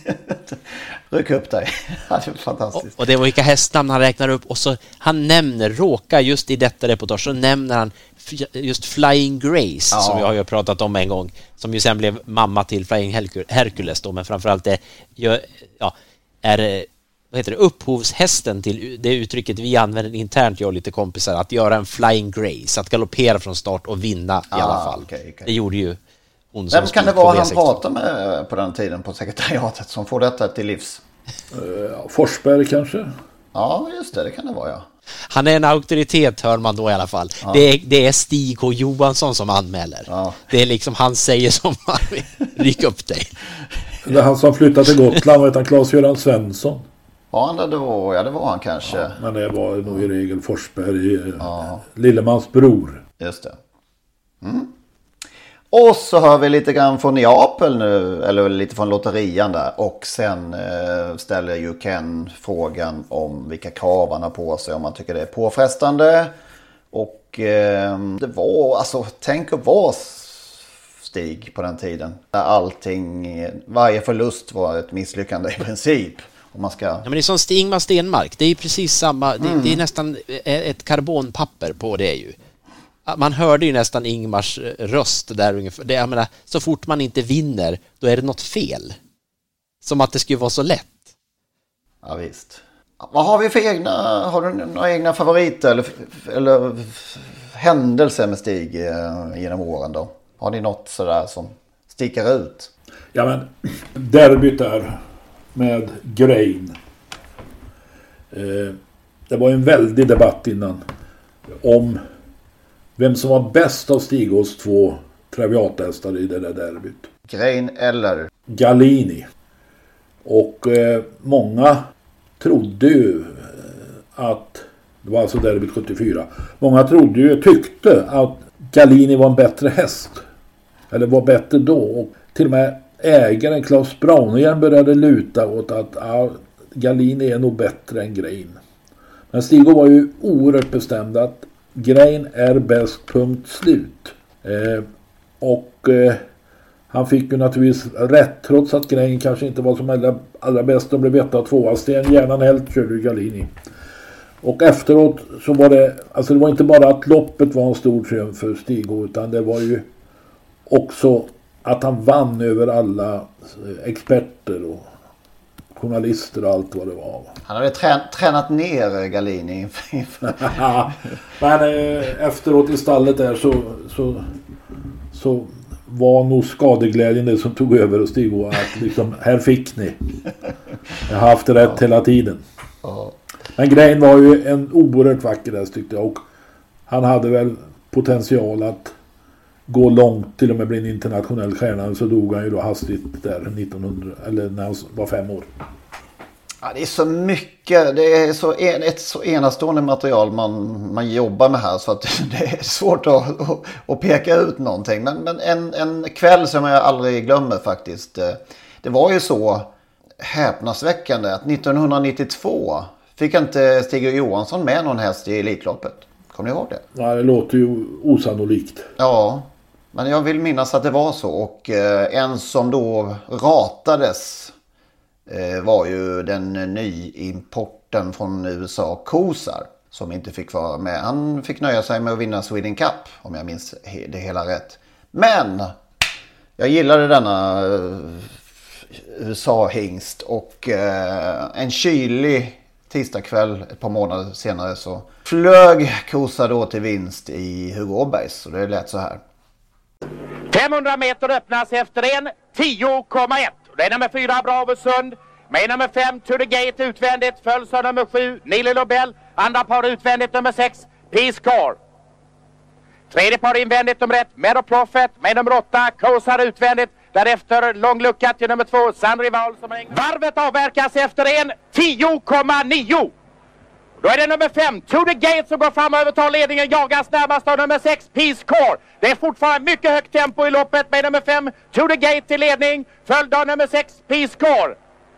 Ryck upp dig. Det är fantastiskt. Och, och det var vilka hästnamn han räknar upp. Och så han nämner, råkar just i detta reportage, så nämner han just Flying Grace, ja. som jag har ju pratat om en gång. Som ju sen blev mamma till Flying Hercules då. Men framförallt är, ja, är vad heter det, upphovshästen till det uttrycket vi använder internt, jag och lite kompisar, att göra en Flying Grace, att galoppera från start och vinna ah, i alla fall. Okay, okay. Det gjorde ju hon. Vem kan det vara han pratar med på den tiden på sekretariatet som får detta till livs? Uh, Forsberg kanske? Ja, just det, det kan det vara, ja. Han är en auktoritet, hör man då i alla fall. Ja. Det, är, det är Stig H. Johansson som anmäler. Ja. Det är liksom, han säger som han ryck upp dig. Det är han som flyttade till Gotland, heter han Claes-Göran Svensson. Ja, det var, ja, det var han kanske. Ja, men det var nog i regel Forsberg, ja. Lillemans bror. Just det. Mm. Och så hör vi lite grann från Neapel nu, eller lite från lotterian där. Och sen eh, ställer ju Ken frågan om vilka krav han har på sig, om man tycker det är påfrestande. Och eh, det var, alltså tänk att vara Stig på den tiden. Där allting, varje förlust var ett misslyckande i princip. Om man ska... Ja, men det är som Stigmar Stenmark, det är precis samma, mm. det, det är nästan ett karbonpapper på det ju. Man hörde ju nästan Ingmars röst där ungefär. Det, jag menar, så fort man inte vinner, då är det något fel. Som att det skulle vara så lätt. Ja, visst. Vad har vi för egna, har du några egna favoriter eller, eller händelser med Stig genom åren då? Har ni något sådär som sticker ut? Ja, men derbyt där med Grain. Eh, det var en väldig debatt innan om vem som var bäst av Stigås två traviathästar i det där derbyt. Grain eller Galini. Och eh, många trodde ju att, det var alltså derbyt sjuttiofyra, många trodde ju, tyckte att Galini var en bättre häst. Eller var bättre då. Och till och med ägaren Klaus Braunegren började luta åt att ja, Galini är nog bättre än Grain. Men Stigå var ju oerhört bestämd att Grain är bäst, punkt slut. Eh, och eh, han fick ju naturligtvis rätt, trots att Grain kanske inte var som allra, allra bäst och blev etta tvåa. Sten Hjärnan helt körde ju Galini. Och efteråt så var det, alltså det var inte bara att loppet var en stor triumf för Stigå, utan det var ju också att han vann över alla experter och journalister och allt vad det var. Han hade trä- tränat ner Galini. Men eh, efteråt i stallet där så, så, så var nog skadeglädjen det som tog över och Stigå att liksom, här fick ni. Jag har haft rätt ja. hela tiden. Ja. Men Grain var ju en oerhört vacker häst tyckte jag, och han hade väl potential att gå långt, till och med bli en internationell stjärna. Så dog han ju då hastigt där nittonhundra, eller när han var fem år. Ja, det är så mycket, det är så en, ett så enastående material man, man jobbar med här, så att det är svårt att, att, att peka ut någonting. Men, men en, en kväll som jag aldrig glömmer faktiskt, det var ju så häpnadsväckande att nittonhundranittiotvå fick inte Stig Johansson med någon häst i Elitloppet. Kommer ni ihåg det? Ja, det låter ju osannolikt. Ja, men jag vill minnas att det var så. Och eh, en som då ratades eh, var ju den nyimporten från U S A, Kosar, som inte fick vara med. Han fick nöja sig med att vinna Sweden Cup, om jag minns det hela rätt. Men jag gillade denna eh, U S A-hingst, och eh, en kylig tisdagkväll ett par månader senare så flög Kosa då till vinst i Hugo Åbergs, och det lät så här. femhundra meter öppnas efter en tio komma ett. Det är nummer fyra Bravosund med nummer fem To The Gate utvändigt, följs av nummer sju Nile Lobel, andra par utvändigt nummer sex Peace Car. Tredje par invändigt nummer ett Meadow Prophet med nummer åtta Kosar utvändigt. Därefter lång lucka till nummer två San Rival som är... Varvet avverkas efter en tio komma nio. Då är det nummer fem To The Gate som går fram och övertar ledningen, jagas närmast av nummer sex Peace Car. Det är fortfarande mycket högt tempo i loppet med nummer fem To The Gate till ledning, följd av nummer sex Peace Car.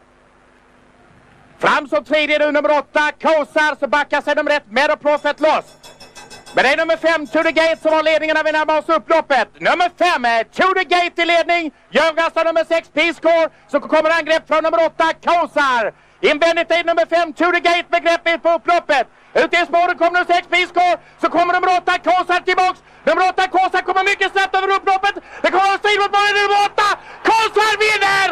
Fram som tredje nu nummer åtta Kosar, så backar sig nummer ett Meadow Prophet loss. Men det är nummer fem To The Gate som har ledningen när vi närmar oss upploppet. Nummer fem är To The Gate i ledning. Jagas av nummer sex Peace Car. Så kommer angrepp från nummer åtta Kosar. Invändigt är nummer fem To The Gate med grepp på upploppet. Ute i spåren kommer nummer sex Peace Car. Så kommer nummer åtta Kosar tillbaks. Nummer åtta Kosar kommer mycket snabbt över upploppet. Det kommer att strid mot bollen nummer åtta. Kosar vinner!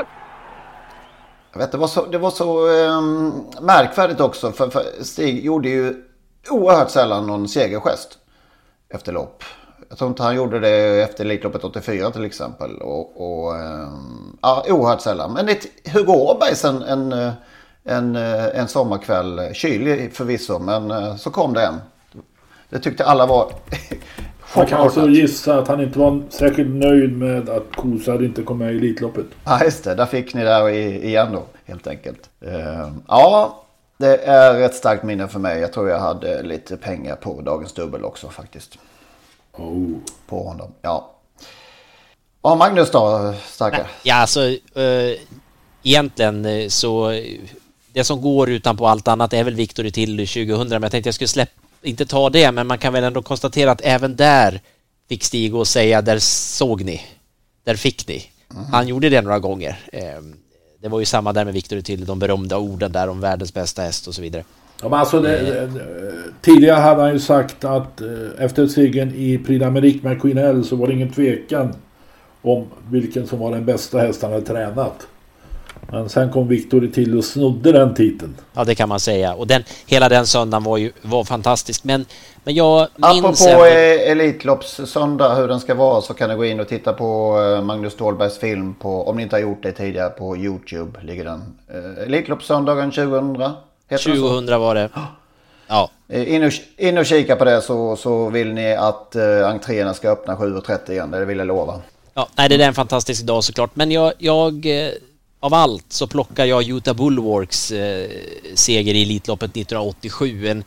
Jag vet, det var så, det var så um, märkvärdigt också. För, för Stig gjorde ju oerhört sällan någon segergest efter lopp. Jag tror inte han gjorde det efter Elitloppet åttiofyra till exempel. Och, och um, ja, oerhört sällan. Men det Hugo Åbergs en, en, en, en sommarkväll, kylig förvisso, men så kom det en. Det tyckte alla var... Man kan alltså gissa att han inte var särskilt nöjd med att Kosar inte kom med i Elitloppet. Ja, just det. Där fick ni där igen då, helt enkelt. Uh, ja... Det är ett starkt minne för mig. Jag tror jag hade lite pengar på dagens dubbel också faktiskt. Oh. På honom, ja. Ja, Magnus då, starkare? Ja, alltså äh, egentligen så det som går utan på allt annat är väl Victor i till tjugohundra. Men jag tänkte jag skulle släppa, inte ta det, men man kan väl ändå konstatera att även där fick Stig och säga, där såg ni. Där fick ni. Mm. Han gjorde det några gånger. Ehm, Det var ju samma där med Victor till de berömda orden där om världens bästa häst och så vidare. Ja, men alltså det, det, tidigare hade han ju sagt att efter segern i Prix d'Amérique med Queen L så var det ingen tvekan om vilken som var den bästa häst han hade tränat. Men sen kom Victor till och snodde den titeln. Ja, det kan man säga. Och den, hela den söndagen var ju var fantastisk. Men, men jag minns... Apropå ändå... Elitloppssöndag, hur den ska vara, så kan du gå in och titta på Magnus Ståhlbergs film på, om ni inte har gjort det tidigare, på YouTube ligger den. Elitloppssöndagen tjugohundra. tjugohundra var det. Ja. In och, in och kika på det så, så vill ni att eh, entréerna ska öppna sju och trettio igen. Det vill jag lova. Ja, nej, det är en fantastisk dag såklart. Men jag, jag eh, av allt så plockar jag Utah Bulwarks eh, seger i Elitloppet nittonhundraåttiosju. En,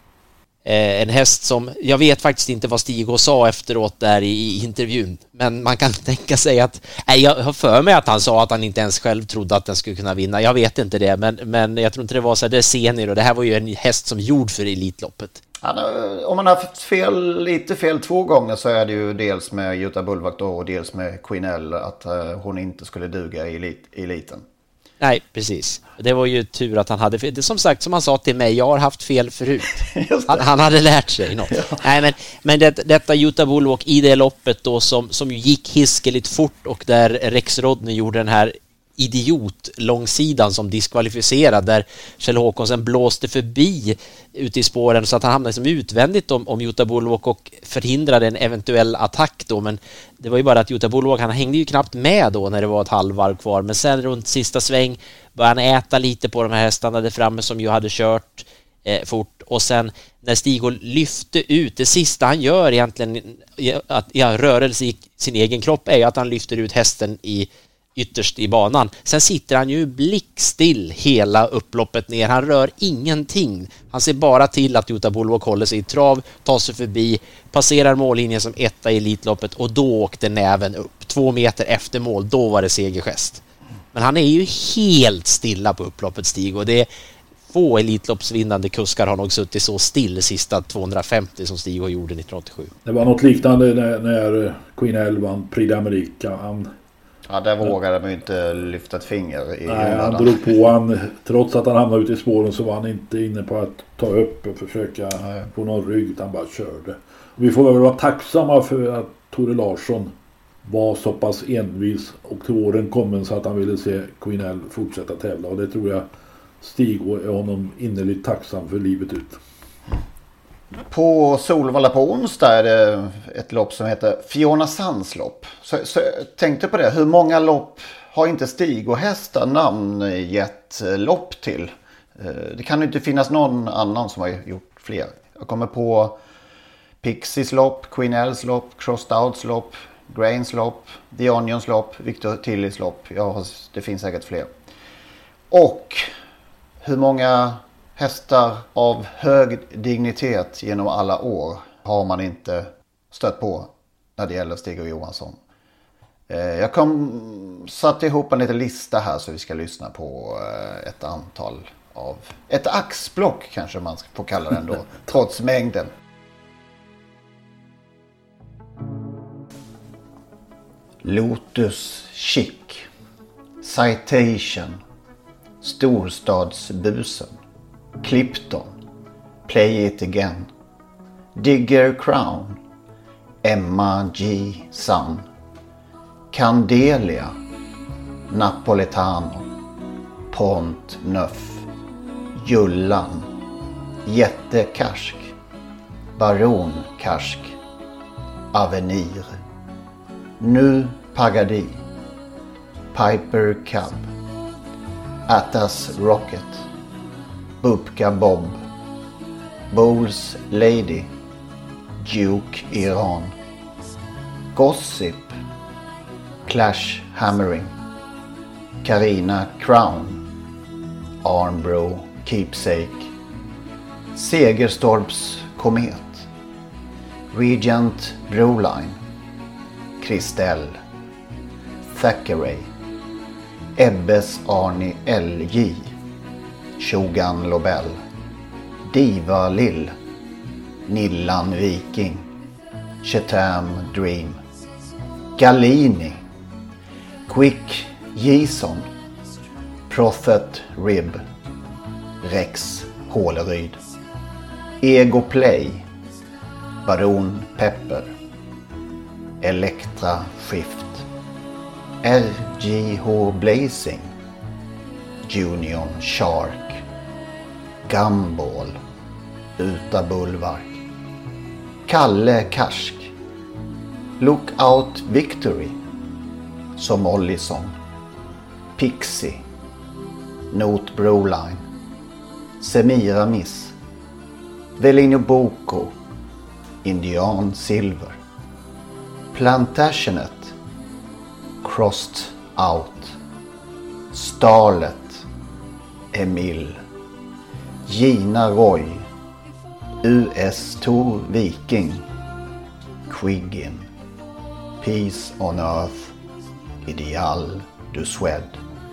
eh, en häst som, jag vet faktiskt inte vad Stig sa efteråt där i, i intervjun. Men man kan tänka sig att, nej, jag har för mig att han sa att han inte ens själv trodde att den skulle kunna vinna. Jag vet inte det, men, men jag tror inte det var så här, det är senior och det här var ju en häst som gjord för Elitloppet. Ja, om man har haft fel, lite fel två gånger så är det ju dels med Utah Bulwark då och dels med Quinell att uh, hon inte skulle duga i elit, eliten. Nej, precis. Det var ju tur att han hade fel. Det som sagt, som han sa till mig, jag har haft fel förut. Han, han hade lärt sig något. Ja. Nej, men, men det, detta Utah Bulwark i det loppet då som, som gick hiskeligt fort och där Rex Rodney gjorde den här idiot långsidan som diskvalificerad där Kjell Håkonsen blåste förbi ute i spåren så att han hamnade som utvändigt om, om Utah Bulwark och förhindrade en eventuell attack då, men det var ju bara att Utah Bulwark, han hängde ju knappt med då när det var ett halvvarv kvar, men sen runt sista sväng började han äta lite på de här hästarna där framme som ju hade kört eh, fort och sen när Stig lyfte ut, det sista han gör egentligen att ja, rörelse i sin egen kropp är ju att han lyfter ut hästen i ytterst i banan. Sen sitter han ju blickstill hela upploppet ner. Han rör ingenting. Han ser bara till att Utah Bulwark håller sig i trav, tar sig förbi, passerar mållinjen som etta i Elitloppet och då åkte näven upp. Två meter efter mål, då var det segergest. Men han är ju helt stilla på upploppet, Stig, och det är få Elitloppsvinnande kuskar har nog suttit så still sista tvåhundrafemtio som Stig gjorde nittonhundraåttiosju. Det var något liknande när, när Quinell vann Prix d'Amérique. Han Ja, där vågade man ju inte lyfta ett finger i Nej, han drog på han, trots att han hamnade ute i spåren så var han inte inne på att ta upp och försöka Nej. Få någon rygg, utan han bara körde. Och vi får väl vara tacksamma för att Tore Larsson var så pass envis och till åren kommen så att han ville se Quinell fortsätta tävla, och det tror jag Stig är honom innerligt tacksam för livet ut. På Solvalla på onsdag är det ett lopp som heter Fiona Sands lopp. Så, så jag tänkte på det. Hur många lopp har inte Stig och hästar namn gett lopp till? Det kan ju inte finnas någon annan som har gjort fler. Jag kommer på Pixies lopp, Quinells lopp, Crossed Outs lopp, Grains lopp, The Onions lopp, Victor Tillys lopp. Ja, det finns säkert fler. Och hur många hästar av hög dignitet genom alla år har man inte stött på när det gäller Stig och Johansson. Jag kom satt ihop en liten lista här så vi ska lyssna på ett antal av ett axblock kanske man får kalla det ändå, trots mängden. Lotus Chic, Citation, Storstadsbusen, Clipton, Play It Again, Digger Crown, Emma G. Sun, Candelia, Napoletano, Pont Neuf, Jullan, Jättekarsk, Baron Karsk, Avenir, Nu Pagadi, Piper Cub, Atlas Rocket, Bubka Bob, Bowles Lady, Duke Iran, Gossip, Clash Hammering, Carina Crown, Armbro Keepsake, Segerstorps Komet, Regent Broline, Kristell, Thackeray, Ebbes Arni L J, Shogun Lobel, Diva Lill, Nillan Viking, Chatham Dream, Gallini, Quick Jason, Prophet Rib, Rex Håleryd, Ego Play, Baron Pepper, Elektra Shift, R G H Blazing, Union Shark, Gumball, Uta Bulwark, Kalle Karsk, Lookout Victory, som Ollison, Pixie, Note Broline, Semira Miss, Velino Boko, Indian Silver. Plantagenet, Crossed Out. Starlet, Emil. Gina Roy, U S Tor Viking, Quiggin. Peace on Earth, Ideal du Swed.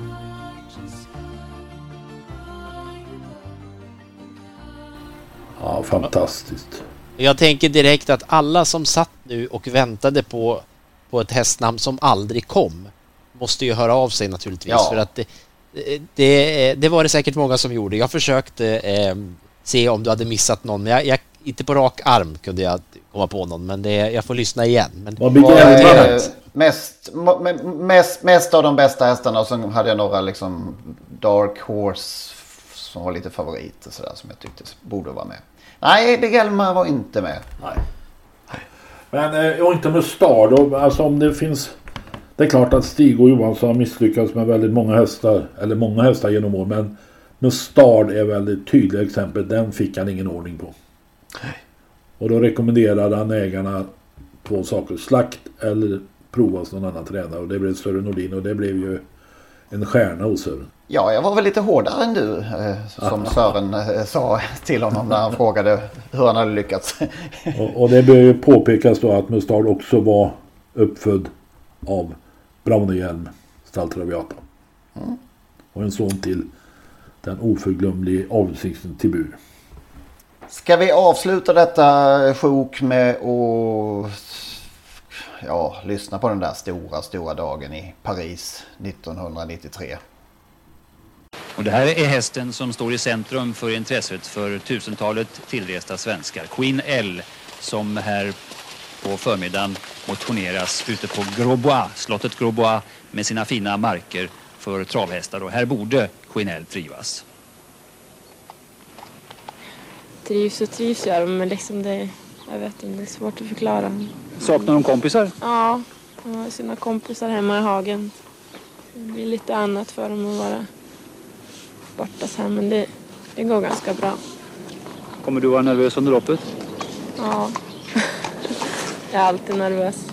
Ja, fantastiskt. Jag tänker direkt att alla som satt nu och väntade på, på ett hästnamn som aldrig kom måste ju höra av sig naturligtvis. Ja. För att det, det, det var det säkert många som gjorde. Jag försökte eh, se om du hade missat någon. Jag, jag, inte på rak arm kunde jag komma på någon, men det, jag får lyssna igen. Men Vad är mest, mest, mest av de bästa hästarna, och så hade jag några liksom Dark Horse som var lite favoriter så där, som jag tyckte borde vara med. Nej, det Gelmar var inte med. Nej. Men eh, och inte med Star då, alltså om det finns, det är klart att Stig och Johansson har misslyckats med väldigt många hästar, eller många hästar genom år, men med Star är väldigt tydliga exempel. Den fick han ingen ordning på. Nej. Och då rekommenderade han ägarna två saker: slakt eller prova hos någon annan tränare, och det blev Sören Nordin, och det blev ju en stjärna hos Sören. Ja, jag var väl lite hårdare än du, eh, som Sören eh, sa till honom när han frågade hur han hade lyckats. och, och det bör ju påpekas då att Mustard också var uppfödd av Braunehjelm, Stall Traviata. Mm. Och en son till den oförglömlige avelsingsten Tibur. Ska vi avsluta detta sjok med att ja, lyssna på den där stora, stora dagen i Paris nittonhundranittiotre. Och det här är hästen som står i centrum för intresset för tusentalet tillresta svenskar. Queen L, som här på förmiddagen motioneras ute på Grosbois, slottet Grosbois, med sina fina marker för travhästar. Och här borde Queen L trivas. Trivs och trivs gör de, men liksom det, jag vet inte, det är svårt att förklara. Saknar de kompisar? Ja, de har sina kompisar hemma i hagen. Det blir lite annat för dem att vara borta så här, men det, det går ganska bra. Kommer du vara nervös under loppet? Ja, jag är alltid nervös.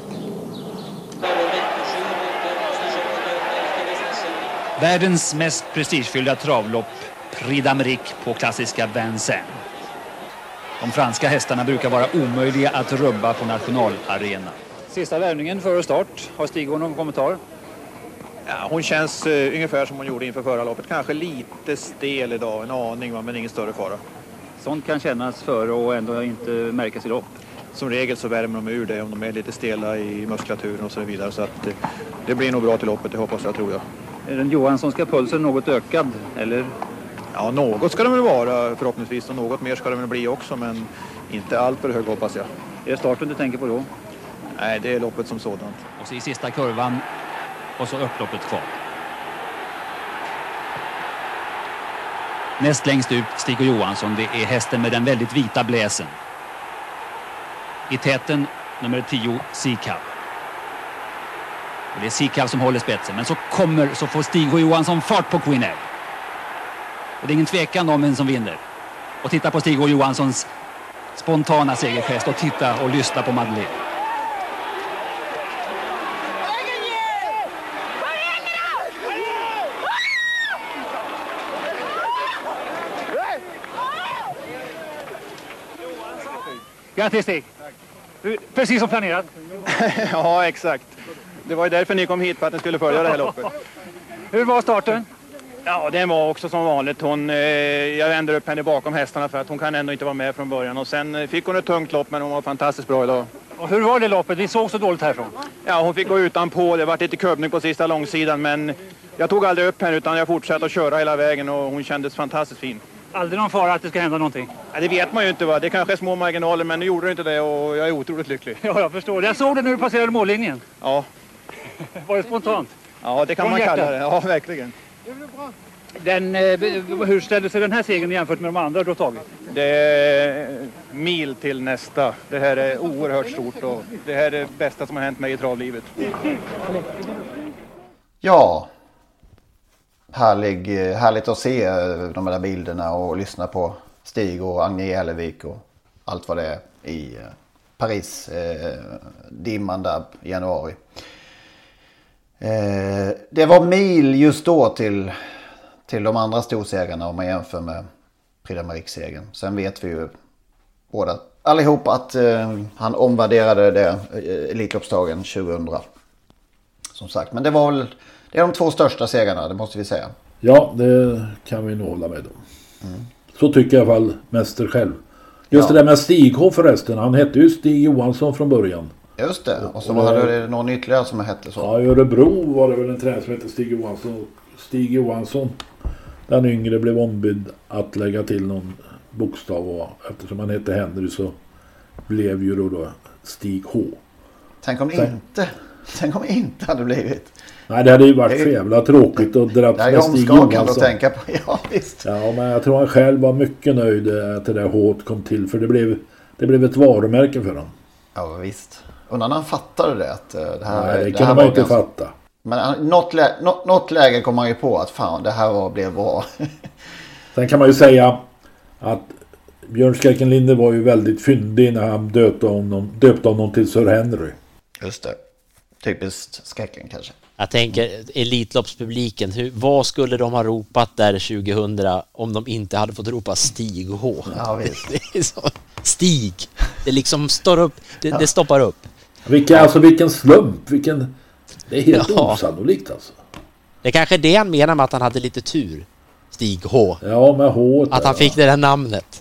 Världens mest prestigefyllda travlopp, Prix d'Amérique på klassiska Vincennes. De franska hästarna brukar vara omöjliga att rubba på nationalarena. Sista värvningen före start. Har Stig någon kommentar? Ja, hon känns uh, ungefär som hon gjorde inför förra loppet. Kanske lite stel idag, en aning, va, men ingen större fara. Sånt kan kännas före och ändå inte märkas i lopp. Som regel så värmer de ur det om de är lite stela i muskulaturen och så vidare. Så att uh, det blir nog bra till loppet, det hoppas jag, tror jag. Är den Johanssonska pulsen något ökad, eller? Ja, något ska det väl vara förhoppningsvis, och något mer ska det väl bli också, men inte allt för hög, hoppas jag. Är det starten du tänker på då? Nej, det är loppet som sådant. Och så i sista kurvan och så upploppet kvar. Näst längst ut Stig och Johansson, det är hästen med den väldigt vita bläsen. I täten nummer tio, Seacav. Och det är Seacav som håller spetsen, men så kommer, så får Stig och Johansson fart på Queen L. Och det är ingen tvekan om vem som vinner. Och titta på Stig och Johanssons spontana segergest och titta och lyssna på Madeleine. Grattis Stig! Precis som planerat. Ja, exakt. Det var ju därför ni kom hit, för att ni skulle följa det här loppet. Hur var starten? Ja, det var också som vanligt. Hon, eh, jag vänder upp henne bakom hästarna för att hon kan ändå inte vara med från början. Och sen fick hon ett tungt lopp, men hon var fantastiskt bra idag. Och hur var det loppet? Vi såg så dåligt härifrån. Ja, hon fick gå utanpå. Det var lite kubbning på sista långsidan, men jag tog aldrig upp henne utan jag fortsatte att köra hela vägen och hon kändes fantastiskt fin. Aldrig någon fara att det ska hända någonting? Ja, det vet man ju inte, va. Det kanske är små marginaler, men nu gjorde det inte det och jag är otroligt lycklig. Ja, jag förstår. Jag såg det när du passerade mållinjen. Ja. Var det spontant? Ja, det kan Från man hjärtat. kalla det. Ja, verkligen. Den, eh, hur ställde sig den här segern jämfört med de andra du har tagit? Det är mil till nästa. Det här är oerhört stort och det här är det bästa som har hänt mig i travlivet. Ja, härlig, härligt att se de här bilderna och lyssna på Stig och Agne Jälevik och allt vad det är i Paris eh, dimman där i januari. Eh, det var mil just då till, till de andra storsegrarna om man jämför med Prix d'Amérique-segern. Sen vet vi ju båda allihop att eh, han omvärderade det eh, Elitloppsdagen tjugohundra. Som sagt, men det var väl det är de två största segrarna, det måste vi säga. Ja, det kan vi nog hålla med om. Mm. Så tycker jag i alla fall mäster själv. Just ja. Det där med Stig H förresten, han hette ju Stig Johansson från början. Just det, och så och hade det någon ytterligare som hette så. Ja, i Örebro var det väl en tränare som hette Stig Johansson. Stig Johansson, den yngre, blev ombedd att lägga till någon bokstav och eftersom han hette Henry så blev ju då, då Stig H. Tänk om det Tänk... inte, tänk om det inte hade blivit. Nej, det hade ju varit så jävla tråkigt att dra med Stig Johansson. Att tänka på. Ja, visst. Ja, men jag tror han själv var mycket nöjd att det där H kom till. För det blev, det blev ett varumärke för honom. Ja, visst. Och när han fattade det att det här... Nej, det, det kunde man inte ganska... fatta. Men något, lä... något, något läge kom man ju på att fan, det här var, blev bra. Sen kan man ju säga att Björn Skräckenlinde var ju väldigt fyndig när han döpte honom, döpte honom till Sir Henry. Just det. Typiskt Skräcken kanske. Jag tänker Elitloppspubliken, hur, vad skulle de ha ropat där tjugohundra om de inte hade fått ropa Stig H? Ja, visst. Det är så, Stig. Det liksom står upp, det, ja. det stoppar upp. Vilken, alltså vilken slump, vilken... Det är helt ja. osannolikt alltså. Det är kanske det han menar med att han hade lite tur. Stig H. Ja, med H. Att han fick det där namnet.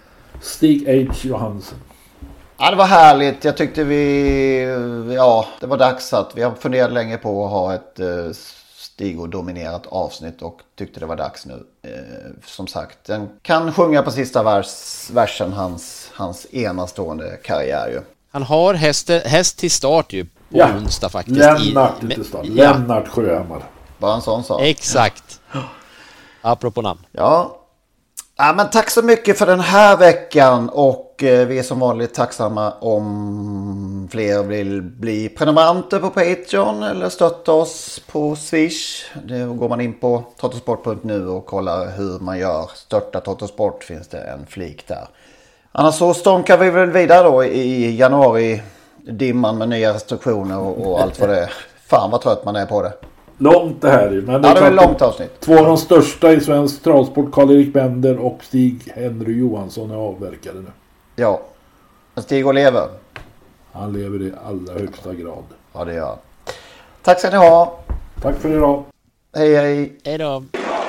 Stig H. Johansson. Ja, det var härligt. Jag tyckte vi... Ja, det var dags att... Vi har funderat länge på att ha ett eh, Stig-dominerat avsnitt och tyckte det var dags nu. Eh, som sagt, den kan sjunga på sista vers, versen hans, hans enastående karriär ju. Han har häst, häst till start ju på ja. onsdag faktiskt. Lennart till start. Ja. Lennart Sjöhammar. Bara en sån sak. Exakt. Apropå namn. Ja. Ja, men tack så mycket för den här veckan och eh, vi är som vanligt tacksamma om fler vill bli prenumeranter på Patreon eller stötta oss på Swish. Då går man in på totosport punkt nu och kollar hur man gör. Stötta Totosport finns det en flik där. Annars så stånkar vi väl vidare då i januari dimman med nya restriktioner och, och allt vad det är. Fan vad trött man är på det. Långt det här. Men det ja, det är ett långt avsnitt. Två av de största i svensk travsport, Karl-Erik Bender och Stig Henry Johansson, är avverkade nu. Ja. Men Stig och lever. Han lever i allra högsta grad. Ja, det gör. Tack ska ni ha. Tack för idag. Hej, hej. Hej då.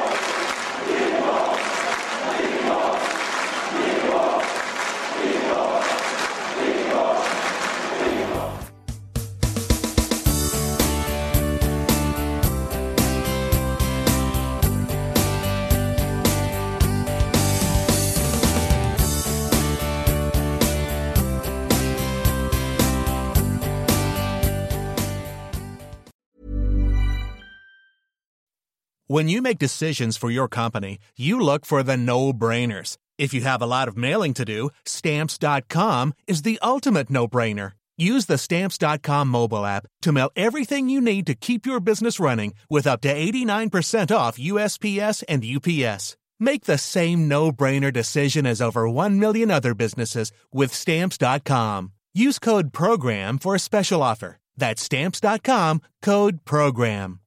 When you make decisions for your company, you look for the no-brainers. If you have a lot of mailing to do, Stamps dot com is the ultimate no-brainer. Use the Stamps dot com mobile app to mail everything you need to keep your business running with up to eighty-nine percent off U S P S and U P S. Make the same no-brainer decision as over one million other businesses with Stamps dot com. Use code PROGRAM for a special offer. That's Stamps dot com, code PROGRAM.